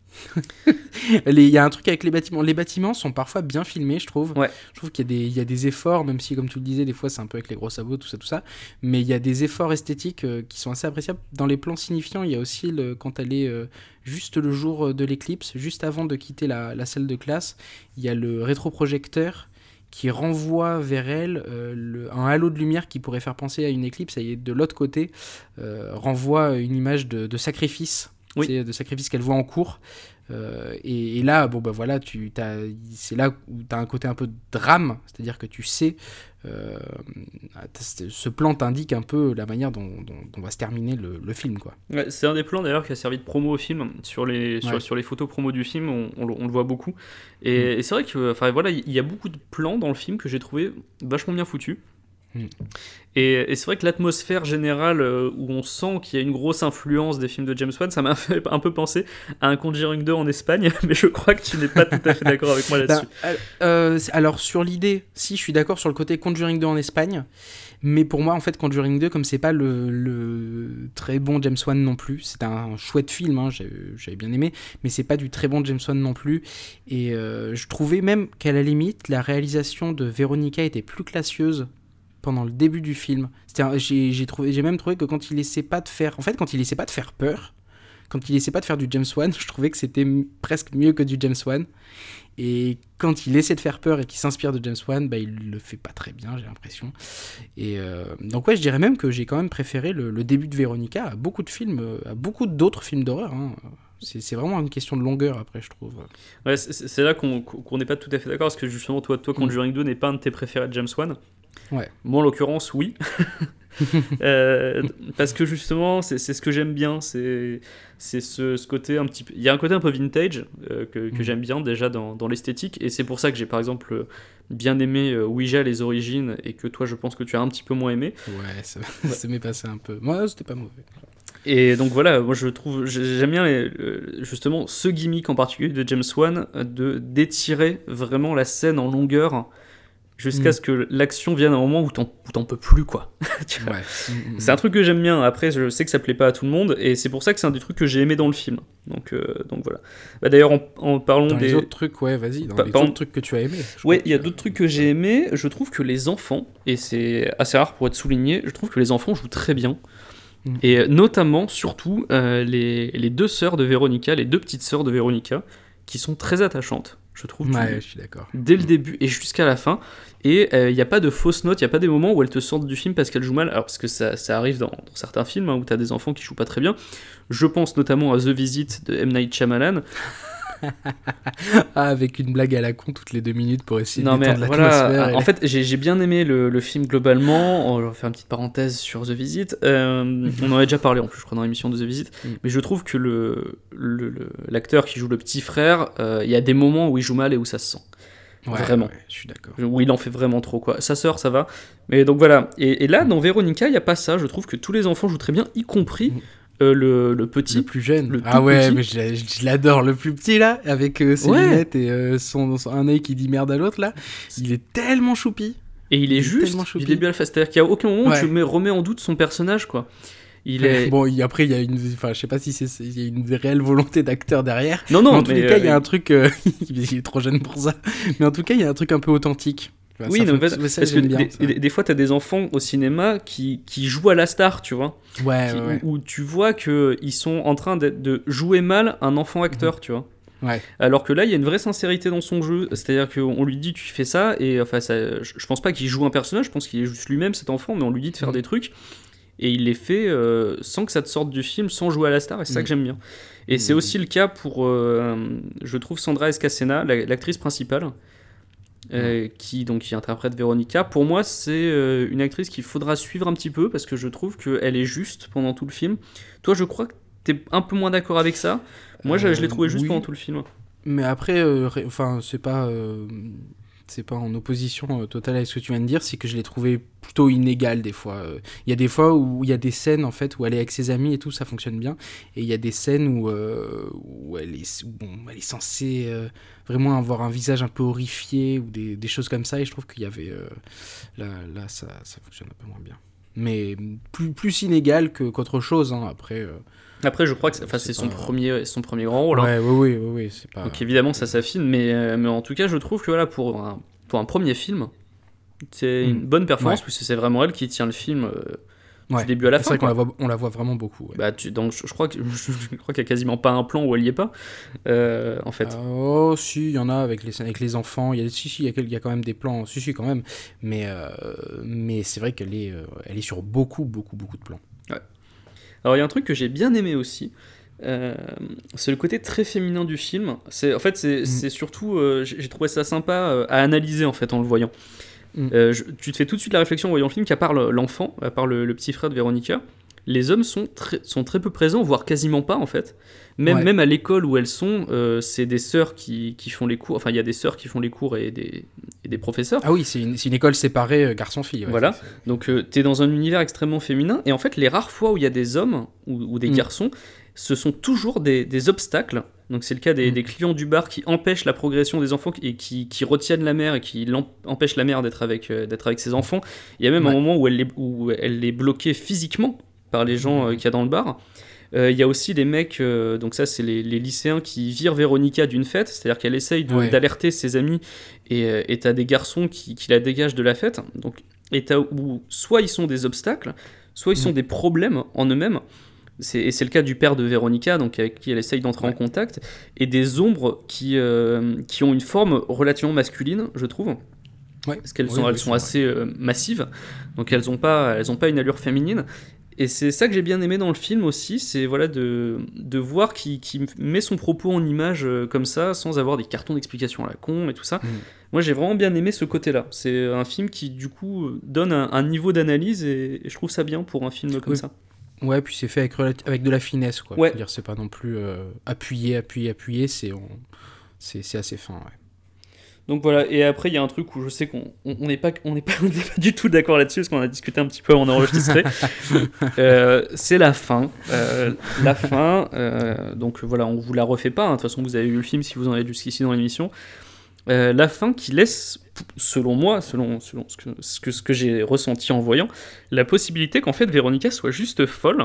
Speaker 2: Les- Il y a un truc avec les bâtiments. Les bâtiments sont parfois bien filmés, je trouve.
Speaker 1: Ouais.
Speaker 2: Je trouve qu'il y a, des, il y a des efforts, même si, comme tu le disais, des fois c'est un peu avec les gros sabots, tout ça, tout ça. Mais il y a des efforts esthétiques euh, qui sont assez appréciables. Dans les plans signifiants, il y a aussi, le, quand elle est euh, juste le jour de l'éclipse, juste avant de quitter la, la salle de classe, il y a le rétroprojecteur qui renvoie vers elle euh, le- un halo de lumière qui pourrait faire penser à une éclipse, et de l'autre côté euh, renvoie une image de, de sacrifice,
Speaker 1: Oui.
Speaker 2: tu sais, de sacrifice qu'elle voit en cours. Euh, et, et là, bon bah voilà, tu, t'as, c'est là où tu as un côté un peu de drame, c'est-à-dire que tu sais, euh, ce plan t'indique un peu la manière dont, dont, dont va se terminer le, le film, quoi.
Speaker 1: Ouais, c'est un des plans d'ailleurs qui a servi de promo au film. Sur les, sur,
Speaker 2: Ouais.
Speaker 1: sur les photos promo du film, on, on le- on le voit beaucoup. Et, et c'est vrai que, enfin voilà, il y a beaucoup de plans dans le film que j'ai trouvé vachement bien foutus.
Speaker 2: Mm.
Speaker 1: Et, et c'est vrai que l'atmosphère générale euh, où on sent qu'il y a une grosse influence des films de James Wan, ça m'a fait un peu penser à un Conjuring deux en Espagne, mais je crois que tu n'es pas tout à fait d'accord avec moi là-dessus.
Speaker 2: Ben, euh, c'est- alors sur l'idée, si je suis d'accord sur le côté Conjuring deux en Espagne, mais pour moi en fait Conjuring deux, comme c'est pas le, le très bon James Wan non plus, c'est un chouette film, hein, j'ai- j'avais bien aimé, mais c'est pas du très bon James Wan non plus, et euh, je trouvais même qu'à la limite la réalisation de Véronica était plus classieuse pendant le début du film. C'était un- j'ai, j'ai, trouvé, j'ai même trouvé que quand il essaie pas de faire, en fait quand il essaie pas de faire peur, quand il essaie pas de faire du James Wan, je trouvais que c'était m- presque mieux que du James Wan. Et quand il essaie de faire peur et qu'il s'inspire de James Wan, bah, il le fait pas très bien, j'ai l'impression. Et euh, donc ouais, je dirais même que j'ai quand même préféré le, le début de Véronica à beaucoup de films, euh, à beaucoup d'autres films d'horreur, hein. C'est, c'est vraiment une question de longueur après, je trouve.
Speaker 1: Ouais, c'est, c'est là qu'on qu'on n'est pas tout à fait d'accord, parce que justement, toi, toi Conjuring deux n'est pas un de tes préférés de James Wan.
Speaker 2: Ouais.
Speaker 1: Moi, en l'occurrence, oui. Euh, parce que justement, c'est, c'est ce que j'aime bien. C'est, c'est ce, ce côté un petit peu. Il y a un côté un peu vintage euh, que, que
Speaker 2: Mm.
Speaker 1: j'aime bien déjà dans, dans l'esthétique. Et c'est pour ça que j'ai par exemple euh, bien aimé euh, Ouija, les origines, et que toi, je pense que tu as un petit peu moins aimé.
Speaker 2: Ouais, ça, ça m'est passé un peu. Moi, c'était pas mauvais.
Speaker 1: Et donc voilà, moi je trouve, j'aime bien les- euh, justement ce gimmick en particulier de James Wan, de d'étirer vraiment la scène en longueur jusqu'à
Speaker 2: Mm.
Speaker 1: ce que l'action vienne à un moment où t'en, où t'en peux plus, quoi. Tu vois.
Speaker 2: Ouais. Mm, mm.
Speaker 1: C'est un truc que j'aime bien. Après, je sais que ça plaît pas à tout le monde, et c'est pour ça que c'est un des trucs que j'ai aimé dans le film. Donc, euh, donc voilà. Bah, d'ailleurs, en, en parlant
Speaker 2: Dans
Speaker 1: des
Speaker 2: les autres trucs, ouais, vas-y, dans
Speaker 1: Pa-
Speaker 2: les
Speaker 1: par-
Speaker 2: autres trucs que tu as aimés. je
Speaker 1: Ouais,
Speaker 2: crois
Speaker 1: il y a
Speaker 2: que-
Speaker 1: d'autres trucs que j'ai aimés. Je trouve que les enfants, et c'est assez rare pour être souligné, je trouve que les enfants jouent très bien.
Speaker 2: Mm.
Speaker 1: Et euh, notamment, surtout, euh, les, les deux sœurs de Véronica, les deux petites sœurs de Véronica, qui sont très attachantes, je trouve,
Speaker 2: Ouais,
Speaker 1: du-
Speaker 2: je suis d'accord.
Speaker 1: dès le début et jusqu'à la fin. Et il n'y a pas de fausses notes, il n'y a pas des moments où elles te sortent du film parce qu'elles jouent mal. Alors, parce que ça, ça arrive dans, dans certains films hein, où tu as des enfants qui jouent pas très bien. Je pense notamment à The Visit de M. Night Shyamalan.
Speaker 2: Ah, avec une blague à la con toutes les deux minutes pour essayer
Speaker 1: Non
Speaker 2: de
Speaker 1: mais
Speaker 2: détendre l'atmosphère.
Speaker 1: voilà,
Speaker 2: et-
Speaker 1: en fait j'ai j'ai bien aimé le, le film globalement. On va faire une petite parenthèse sur The Visit. Euh, on en a déjà parlé en plus, je crois, dans l'émission de The Visit.
Speaker 2: Mm.
Speaker 1: Mais je trouve que le, le- le- l'acteur qui joue le petit frère, euh, il y a des moments où il joue mal et où ça se sent.
Speaker 2: Ouais,
Speaker 1: vraiment.
Speaker 2: ouais, je suis d'accord.
Speaker 1: Où il en fait vraiment trop, quoi. Sa sœur, ça va. Mais donc voilà. Et, et là, dans Véronica, il n'y a pas ça. Je trouve que tous les enfants jouent très bien, y compris
Speaker 2: Mm.
Speaker 1: euh, le, le petit.
Speaker 2: Le plus jeune.
Speaker 1: le
Speaker 2: Ah
Speaker 1: tout
Speaker 2: ouais,
Speaker 1: petit.
Speaker 2: mais je, l'a- je l'adore. Le plus petit là, avec euh, ses
Speaker 1: Ouais.
Speaker 2: lunettes et euh, son, son- un œil qui dit merde à l'autre là. Il est tellement choupi.
Speaker 1: Et il est
Speaker 2: il est
Speaker 1: juste
Speaker 2: tellement
Speaker 1: du
Speaker 2: choupi.
Speaker 1: début à la fin. C'est-à-dire qu'il n'y a aucun moment où
Speaker 2: Ouais.
Speaker 1: tu mets, remets en doute son personnage, quoi. Il est...
Speaker 2: Bon, il- après, il y a une. Enfin, je sais pas si c'est c'est- il y a une réelle volonté d'acteur derrière.
Speaker 1: Non, non,
Speaker 2: mais en tous
Speaker 1: mais,
Speaker 2: les cas, il y a
Speaker 1: euh,
Speaker 2: un truc. euh, il est trop jeune pour ça. Mais en tout cas, il y a un truc un peu authentique. Tu vois,
Speaker 1: Oui,
Speaker 2: ça
Speaker 1: non, mais
Speaker 2: fonctionne-
Speaker 1: parce,
Speaker 2: ça,
Speaker 1: parce que
Speaker 2: j'aime bien,
Speaker 1: des,
Speaker 2: ça.
Speaker 1: des- des fois, tu as des enfants au cinéma qui, qui jouent à la star, tu vois.
Speaker 2: Ouais,
Speaker 1: Qui-
Speaker 2: ouais, ouais.
Speaker 1: Où, où tu vois qu'ils sont en train d'être- de jouer mal un enfant acteur, tu vois.
Speaker 2: Ouais.
Speaker 1: Alors que là, il y a une vraie sincérité dans son jeu. C'est-à-dire qu'on lui dit, tu fais ça, et enfin, ça, je, je pense pas qu'il joue un personnage, je pense qu'il est juste lui-même, cet enfant, mais on lui dit de faire
Speaker 2: Mhm.
Speaker 1: des trucs. Et il les fait euh, sans que ça te sorte du film, sans jouer à la star, et c'est ça
Speaker 2: Mhm.
Speaker 1: que j'aime bien. Et c'est
Speaker 2: Mhm.
Speaker 1: aussi le cas pour, euh, je trouve, Sandra Escacena, la- l'actrice principale, euh, qui, donc, qui interprète Véronica. Pour moi, c'est euh, une actrice qu'il faudra suivre un petit peu, parce que je trouve qu'elle est juste pendant tout le film. Toi, je crois que t'es un peu moins d'accord avec ça. Moi, je, je l'ai
Speaker 2: Euh,
Speaker 1: trouvé juste
Speaker 2: oui.
Speaker 1: pendant tout le film.
Speaker 2: Mais après, euh, ré- enfin, c'est pas, euh, c'est pas en opposition euh, totale avec ce que tu viens de dire, c'est que je l'ai trouvé plutôt inégal des fois. Euh, Il y a des fois où il y a des scènes en fait où elle est avec ses amis et tout, ça fonctionne bien, et il y a des scènes où, euh, où elle est, où, bon, elle est censée euh, vraiment avoir un visage un peu horrifié ou des, des choses comme ça, et je trouve qu'il y avait euh, là, là, ça, ça fonctionne un peu moins bien. Mais plus, plus inégal que, qu'autre chose. Hein, après. euh,
Speaker 1: Après, je crois que c'est, enfin,
Speaker 2: C'est
Speaker 1: c'est son,
Speaker 2: pas-
Speaker 1: premier, son premier grand rôle. hein.
Speaker 2: ouais, oui, oui, oui, oui, c'est pas.
Speaker 1: Donc évidemment, ça s'affine, mais, euh, mais en tout cas, je trouve que voilà, pour, un, pour un premier film, c'est
Speaker 2: Mm.
Speaker 1: une bonne performance,
Speaker 2: Ouais.
Speaker 1: puisque c'est vraiment elle qui tient le film euh,
Speaker 2: Ouais.
Speaker 1: du début à la
Speaker 2: C'est
Speaker 1: fin.
Speaker 2: vrai qu'on
Speaker 1: quoi.
Speaker 2: la voit, on la voit vraiment beaucoup. Ouais.
Speaker 1: Bah, tu, donc, je, je crois que, je, crois qu'il n'y a quasiment pas un plan où elle y est pas, euh, en fait.
Speaker 2: Oh, si, il y en a avec les, avec les enfants. Il y a, si, si, il y a, quel- il y a quand même des plans. Si, si, quand même. Mais, euh, mais c'est vrai qu'elle est, euh, elle est sur beaucoup, beaucoup, beaucoup de plans.
Speaker 1: Alors, il y a un truc que j'ai bien aimé aussi. euh, c'est le côté très féminin du film. C'est, en fait, c'est,
Speaker 2: Mm.
Speaker 1: c'est surtout. euh, j'ai, j'ai trouvé ça sympa euh, à analyser en fait en le voyant.
Speaker 2: Mm.
Speaker 1: Euh, je- tu te fais tout de suite la réflexion en voyant le film qu'à part le- l'enfant, à part le, le petit frère de Véronica, les hommes sont très, sont très peu présents, voire quasiment pas en fait. Même,
Speaker 2: Ouais.
Speaker 1: même à l'école où elles sont, euh, c'est des sœurs qui, qui font les cours. Enfin, il y a des sœurs qui font les cours et des, et des professeurs.
Speaker 2: Ah oui, c'est une, c'est une école séparée euh, garçon-fille. ouais,
Speaker 1: Voilà.
Speaker 2: c'est- c'est-
Speaker 1: Donc, euh, t'es dans un univers extrêmement féminin. Et en fait, les rares fois où il y a des hommes ou, ou des
Speaker 2: Mm.
Speaker 1: garçons, ce sont toujours des, des obstacles. Donc, c'est le cas des,
Speaker 2: Mm.
Speaker 1: des clients du bar qui empêchent la progression des enfants et qui, qui retiennent la mère et qui l'em- empêchent la mère d'être avec, euh, d'être avec ses enfants. Il y a même un
Speaker 2: Ouais.
Speaker 1: moment où elle, est, où elle est bloquée physiquement par les gens euh,
Speaker 2: Mm.
Speaker 1: qu'il y a dans le bar. Euh, Il y a aussi les mecs, euh, donc ça c'est les, les lycéens qui virent Véronica d'une fête, c'est-à-dire qu'elle essaye de-
Speaker 2: Ouais.
Speaker 1: d'alerter ses amis et euh, et t'as des garçons qui, qui la dégagent de la fête. Donc, et t'as où soit ils sont des obstacles, soit ils sont
Speaker 2: Mm.
Speaker 1: des problèmes en eux-mêmes. C'est, et c'est le cas du père de Véronica, donc avec qui elle essaye d'entrer en
Speaker 2: Ouais.
Speaker 1: contact, et des ombres qui, euh, qui ont une forme relativement masculine, je trouve.
Speaker 2: Ouais.
Speaker 1: Parce qu'elles
Speaker 2: Oui,
Speaker 1: sont,
Speaker 2: oui,
Speaker 1: elles
Speaker 2: c'est
Speaker 1: sont
Speaker 2: vrai.
Speaker 1: assez euh, massives, donc elles n'ont pas, elles ont pas une allure féminine. Et c'est ça que j'ai bien aimé dans le film aussi, c'est voilà, de, de voir qu'il qu'il met son propos en image euh, comme ça, sans avoir des cartons d'explication à la con et tout ça.
Speaker 2: Mm.
Speaker 1: Moi j'ai vraiment bien aimé ce côté-là. C'est un film qui du coup euh, donne un, un niveau d'analyse et, et je trouve ça bien pour un film comme
Speaker 2: Oui.
Speaker 1: ça.
Speaker 2: Ouais, puis c'est fait avec, relati- avec de la finesse, quoi.
Speaker 1: Ouais.
Speaker 2: Je veux dire, c'est pas non plus euh, appuyé, appuyé, appuyé, c'est, on- c'est, c'est assez fin, ouais.
Speaker 1: Donc voilà, et après il y a un truc où je sais qu'on on on n'est pas, on n'est pas, on n'est pas du tout d'accord là-dessus, parce qu'on a discuté un petit peu avant d'enregistrer. Euh, c'est la fin. Euh, la fin, euh, donc voilà, on vous la refait pas, hein. De toute façon vous avez vu le film si vous en êtes jusqu'ici dans l'émission. Euh, la fin qui laisse selon moi, selon, selon ce, que, ce, que, ce que j'ai ressenti en voyant, la possibilité qu'en fait Véronica soit juste folle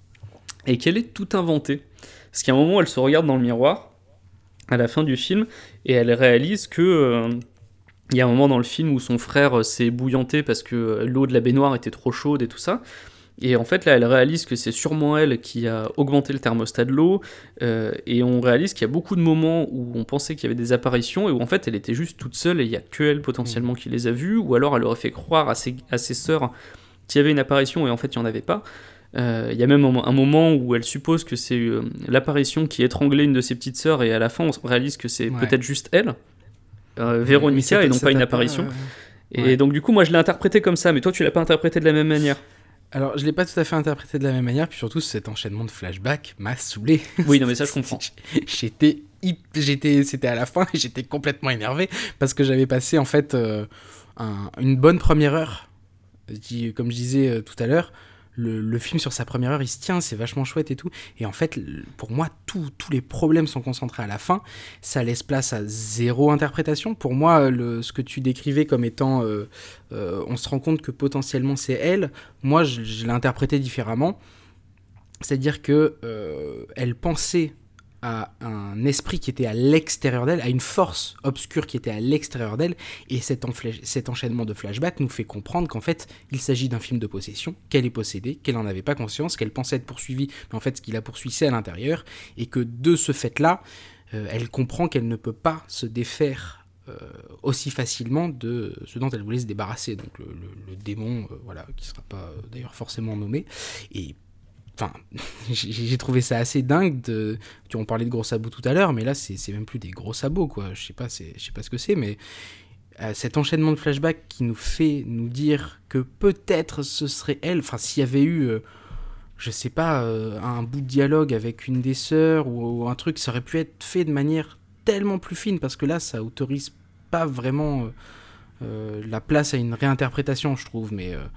Speaker 1: et qu'elle ait tout inventé. Parce qu'à un moment, elle se regarde dans le miroir, à la fin du film, et elle réalise que... Euh, il y a un moment dans le film où son frère s'est bouillanté parce que l'eau de la baignoire était trop chaude et tout ça. Et en fait, là, elle réalise que c'est sûrement elle qui a augmenté le thermostat de l'eau. Euh, et on réalise qu'il y a beaucoup de moments où on pensait qu'il y avait des apparitions et où en fait, elle était juste toute seule et il n'y a que elle potentiellement qui les a vues. Ou alors, elle aurait fait croire à ses, à ses sœurs qu'il y avait une apparition et en fait, il n'y en avait pas. Euh, il y a même un, un moment où elle suppose que c'est euh, l'apparition qui étranglait une de ses petites sœurs et à la fin, on réalise que c'est ouais. peut-être juste elle. Euh, Véronica et non pas une apparition. Pas, euh... Et ouais. donc du coup, moi je l'ai interprété comme ça, mais toi tu l'as pas interprété de la même manière.
Speaker 2: Alors je l'ai pas tout à fait interprété de la même manière, puis surtout cet enchaînement de flashbacks m'a saoulé.
Speaker 1: Oui, non mais ça je comprends.
Speaker 2: j'étais, j'étais, c'était à la fin et j'étais complètement énervé parce que j'avais passé en fait euh, un, une bonne première heure. Comme je disais euh, tout à l'heure, Le, le film sur sa première heure, il se tient, c'est vachement chouette et tout. Et en fait, pour moi, tous les problèmes sont concentrés à la fin. Ça laisse place à zéro interprétation. Pour moi, le, ce que tu décrivais comme étant... Euh, euh, on se rend compte que potentiellement c'est elle. Moi, je, je l'ai interprété différemment. C'est-à-dire qu'elle euh, pensait à un esprit qui était à l'extérieur d'elle, à une force obscure qui était à l'extérieur d'elle, et cet, enfla- cet enchaînement de flashbacks nous fait comprendre qu'en fait, il s'agit d'un film de possession, qu'elle est possédée, qu'elle n'en avait pas conscience, qu'elle pensait être poursuivie, mais en fait, ce qui la poursuit, c'est à l'intérieur, et que de ce fait-là, euh, elle comprend qu'elle ne peut pas se défaire euh, aussi facilement de ce dont elle voulait se débarrasser, donc le, le, le démon, euh, voilà, qui ne sera pas euh, d'ailleurs forcément nommé, et Enfin, j'ai trouvé ça assez dingue. De... Tu en parlais de gros sabots tout à l'heure, mais là, c'est même plus des gros sabots, quoi. Je sais pas, je sais pas ce que c'est, mais euh, cet enchaînement de flashbacks qui nous fait nous dire que peut-être ce serait elle. Enfin, s'il y avait eu, euh, je sais pas, euh, un bout de dialogue avec une des sœurs ou, ou un truc, ça aurait pu être fait de manière tellement plus fine, parce que là, ça autorise pas vraiment euh, euh, la place à une réinterprétation, je trouve, mais... Euh,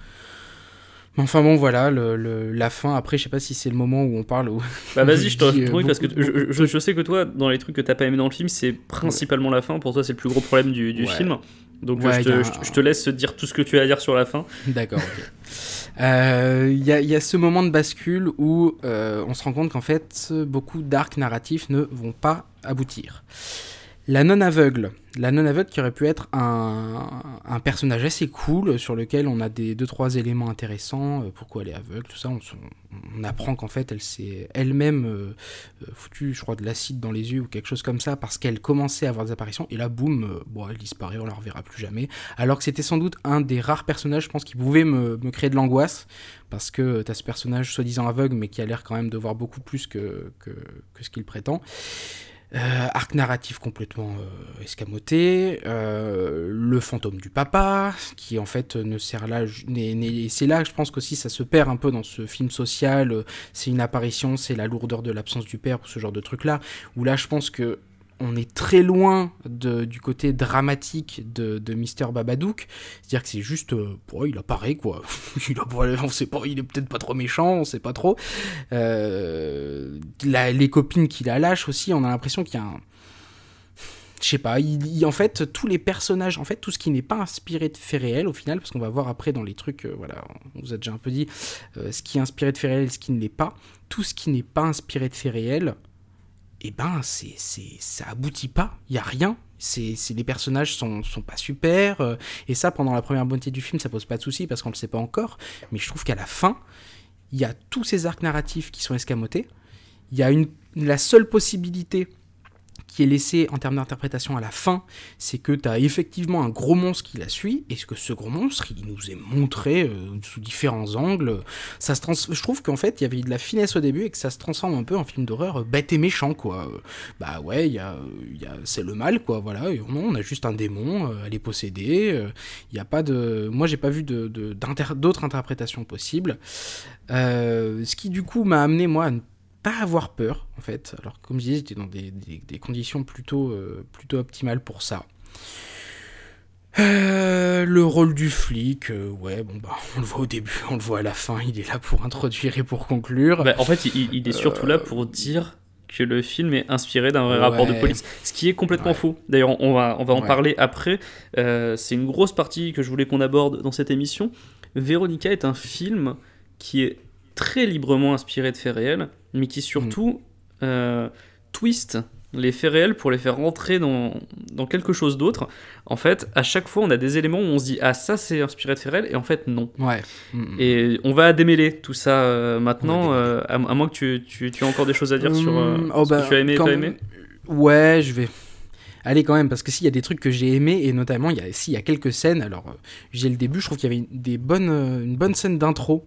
Speaker 2: Enfin bon, voilà, le, le, la fin, après, je sais pas si c'est le moment où on parle... Où
Speaker 1: bah vas-y, je te retrouve, parce que je, je, je sais que toi, dans les trucs que t'as pas aimé dans le film, c'est principalement ouais. la fin, pour toi c'est le plus gros problème du, du ouais. film, donc ouais, je, te, un... je, je te laisse dire tout ce que tu as à dire sur la fin.
Speaker 2: D'accord, ok. Il euh, y, y a ce moment de bascule où euh, on se rend compte qu'en fait, beaucoup d'arcs narratifs ne vont pas aboutir. La non-aveugle. La non-aveugle qui aurait pu être un, un personnage assez cool, sur lequel on a des deux trois éléments intéressants, euh, pourquoi elle est aveugle, tout ça, on, on apprend qu'en fait elle s'est elle-même euh, foutu, je crois, de l'acide dans les yeux ou quelque chose comme ça, parce qu'elle commençait à avoir des apparitions, et là, boum, euh, bon, elle disparaît, on la reverra plus jamais, alors que c'était sans doute un des rares personnages, je pense, qui pouvait me, me créer de l'angoisse, parce que t'as ce personnage soi-disant aveugle, mais qui a l'air quand même de voir beaucoup plus que, que, que ce qu'il prétend. Euh, arc narratif complètement euh, escamoté, euh, le fantôme du papa, qui en fait ne sert là, n'est, n'est, c'est là que je pense qu'aussi ça se perd un peu dans ce film social, euh, c'est une apparition, c'est la lourdeur de l'absence du père, ou ce genre de truc là, où là je pense que on est très loin de, du côté dramatique de, de Mister Babadook, c'est-à-dire que c'est juste, euh, ouais, il apparaît quoi, il, apparaît, on sait pas, il est peut-être pas trop méchant, on sait pas trop. Euh, la, les copines qui la lâchent aussi, on a l'impression qu'il y a un, je sais pas, il, il, en fait tous les personnages, en fait tout ce qui n'est pas inspiré de faits réels au final, parce qu'on va voir après dans les trucs, euh, voilà, on vous a déjà un peu dit euh, ce qui est inspiré de faits réels et ce qui ne l'est pas. Tout ce qui n'est pas inspiré de faits réels, et eh ben c'est, c'est, ça aboutit pas, il y a rien, c'est, c'est, les personnages sont, sont pas super, euh, et ça pendant la première moitié du film ça pose pas de soucis parce qu'on le sait pas encore, mais je trouve qu'à la fin, il y a tous ces arcs narratifs qui sont escamotés, il y a une, la seule possibilité qui est laissée en termes d'interprétation à la fin, c'est que tu as effectivement un gros monstre qui la suit, et que ce gros monstre, il nous est montré euh, sous différents angles. Ça se trans... Je trouve qu'en fait, il y avait de la finesse au début, et que ça se transforme un peu en film d'horreur euh, bête et méchant, quoi. Euh, bah ouais, y a, y a... c'est le mal, quoi, voilà. Et non, on a juste un démon, euh, elle est possédée, il euh, n'y a pas de... Moi, j'ai pas vu de, de, d'inter... d'autres interprétations possibles. Euh, ce qui, du coup, m'a amené, moi, à ne pas avoir peur, en fait. Alors, comme je disais, j'étais dans des, des, des conditions plutôt, euh, plutôt optimales pour ça. Euh, le rôle du flic, euh, ouais, bon, bah, on le voit au début, on le voit à la fin, il est là pour introduire et pour conclure.
Speaker 1: Bah, en fait, il, il est surtout euh... là pour dire que le film est inspiré d'un vrai
Speaker 2: Ouais.
Speaker 1: rapport de police, ce qui est complètement
Speaker 2: Ouais.
Speaker 1: faux. D'ailleurs, on va, on va en
Speaker 2: Ouais.
Speaker 1: parler après. Euh, c'est une grosse partie que je voulais qu'on aborde dans cette émission. Véronica est un film qui est très librement inspiré de faits réels, mais qui surtout mm. euh, twist les faits réels pour les faire rentrer dans, dans quelque chose d'autre. En fait, à chaque fois, on a des éléments où on se dit « Ah, ça, c'est inspiré de faits réels », et en fait, non.
Speaker 2: Ouais. Mmh.
Speaker 1: Et on va démêler tout ça euh, maintenant, euh, à, à moins que tu, tu, tu aies encore des choses à dire mmh, sur euh, oh, ce bah, que tu as aimé et pas aimé.
Speaker 2: Ouais, je vais... Allez quand même, parce que s'il y a des trucs que j'ai aimés, et notamment, il y a, s'il y a quelques scènes, alors, euh, j'ai le début, je trouve qu'il y avait une, des bonnes, euh, une bonne scène d'intro,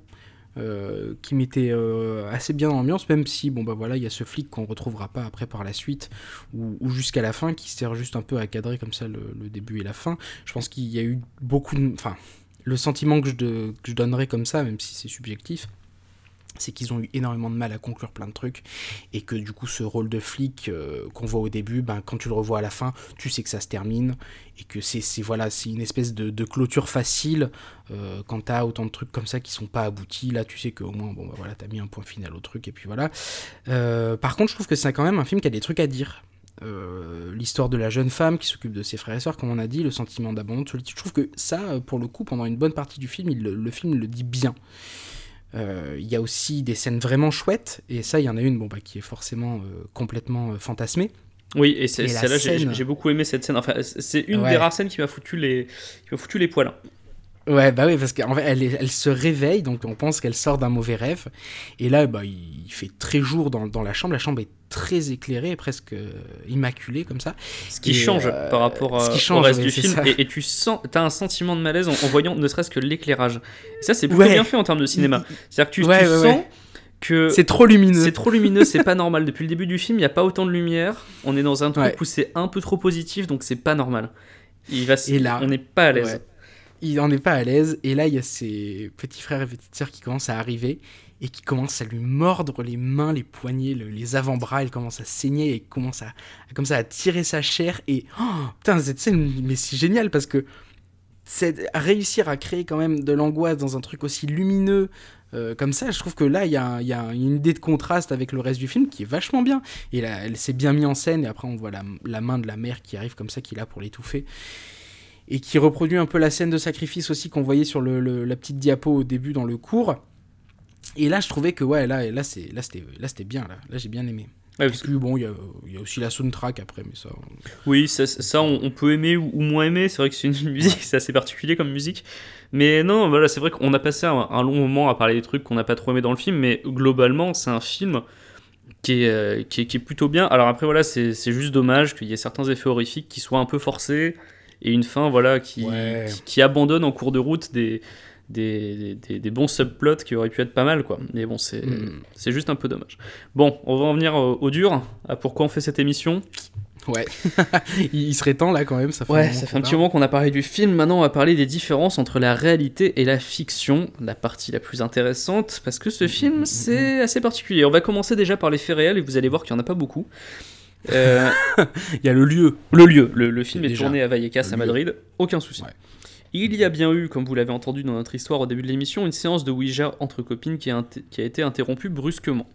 Speaker 2: Euh, qui mettait euh, assez bien dans l'ambiance, même si bon bah voilà, il y a ce flic qu'on retrouvera pas après par la suite ou, ou jusqu'à la fin, qui sert juste un peu à cadrer comme ça le, le début et la fin. Je pense qu'il y a eu beaucoup de... Enfin, le sentiment que je, de, que je donnerais comme ça, même si c'est subjectif, c'est qu'ils ont eu énormément de mal à conclure plein de trucs, et que du coup ce rôle de flic euh, qu'on voit au début, ben, quand tu le revois à la fin, tu sais que ça se termine, et que c'est, c'est, voilà, c'est une espèce de, de clôture facile, euh, quand t'as autant de trucs comme ça qui sont pas aboutis, là tu sais qu'au moins bon, bah, voilà, t'as mis un point final au truc, et puis voilà. Euh, par contre je trouve que c'est quand même un film qui a des trucs à dire. Euh, l'histoire de la jeune femme qui s'occupe de ses frères et sœurs, comme on a dit, le sentiment d'abandon, de solitude, je trouve que ça, pour le coup, pendant une bonne partie du film, il, le film le dit bien. Il euh, y a aussi des scènes vraiment chouettes, et ça, il y en a une bon, bah, qui est forcément euh, complètement euh, fantasmée.
Speaker 1: Oui, et c'est, celle-là, scène... j'ai, j'ai beaucoup aimé cette scène. Enfin, c'est une ouais. des rares scènes qui m'a foutu les, qui m'a foutu les poils.
Speaker 2: Ouais, bah oui, parce qu'en fait, elle, est, elle se réveille, donc on pense qu'elle sort d'un mauvais rêve. Et là, bah, il fait très jour dans, dans la chambre. La chambre est très éclairée, presque euh, immaculée, comme ça.
Speaker 1: Ce qui et change euh, par rapport à, change, au reste oui, du film. Et, et tu sens, t'as un sentiment de malaise en, en voyant ne serait-ce que l'éclairage. Et ça, c'est plutôt ouais. bien fait en termes de cinéma. C'est-à-dire que tu, ouais, tu ouais, sens... Ouais. Que
Speaker 2: c'est trop lumineux.
Speaker 1: C'est trop lumineux, c'est pas normal. Depuis le début du film, il n'y a pas autant de lumière. On est dans un truc ouais. où c'est un peu trop positif, donc c'est pas normal. Il va, et là, on n'est pas à l'aise.
Speaker 2: Ouais. Il n'en est pas à l'aise, et là il y a ses petits frères et petites sœurs qui commencent à arriver et qui commencent à lui mordre les mains, les poignets, le, les avant-bras. Il commence à saigner et commence à, à comme ça à tirer sa chair. Et oh, putain, cette scène, mais c'est génial parce que c'est réussir à créer quand même de l'angoisse dans un truc aussi lumineux euh, comme ça. Je trouve que là il y a, y a une idée de contraste avec le reste du film qui est vachement bien. Et là, elle s'est bien mise en scène, et après on voit la, la main de la mère qui arrive comme ça, qui est là pour l'étouffer. Et qui reproduit un peu la scène de sacrifice aussi qu'on voyait sur le, le, la petite diapo au début dans le cours. Et là, je trouvais que ouais, là, là, c'est, là, c'était, là c'était bien, là, là j'ai bien aimé. Ouais, parce que bon, il y a, y a aussi la soundtrack après, mais ça...
Speaker 1: Oui, ça, ça on, on peut aimer ou, ou moins aimer, c'est vrai que c'est une musique, c'est assez particulier comme musique. Mais non, voilà, c'est vrai qu'on a passé un, un long moment à parler des trucs qu'on n'a pas trop aimé dans le film, mais globalement, c'est un film... Qui est, euh, qui, est, qui est plutôt bien. Alors après, voilà, c'est, c'est juste dommage qu'il y ait certains effets horrifiques qui soient un peu forcés, et une fin voilà, qui, ouais. qui, qui abandonne en cours de route des, des, des, des bons subplots qui auraient pu être pas mal, quoi. Mais bon, c'est, mm. c'est juste un peu dommage. Bon, on va en venir au, au dur, à pourquoi on fait cette émission.
Speaker 2: Ouais, il serait temps là quand même. Ça fait
Speaker 1: ouais, un ça fait un petit moment qu'on a parlé du film. Maintenant, on va parler des différences entre la réalité et la fiction, la partie la plus intéressante, parce que ce film, mmh, c'est mmh. assez particulier. On va commencer déjà par les faits réels, et vous allez voir qu'il n'y en a pas beaucoup.
Speaker 2: Euh, il y a le lieu.
Speaker 1: Le lieu. Le, le film est déjà tourné à Vallecas, à Madrid. Aucun souci. Ouais. Il y a bien eu, comme vous l'avez entendu dans notre histoire au début de l'émission, une séance de Ouija entre copines qui a, inter- qui a été interrompue brusquement.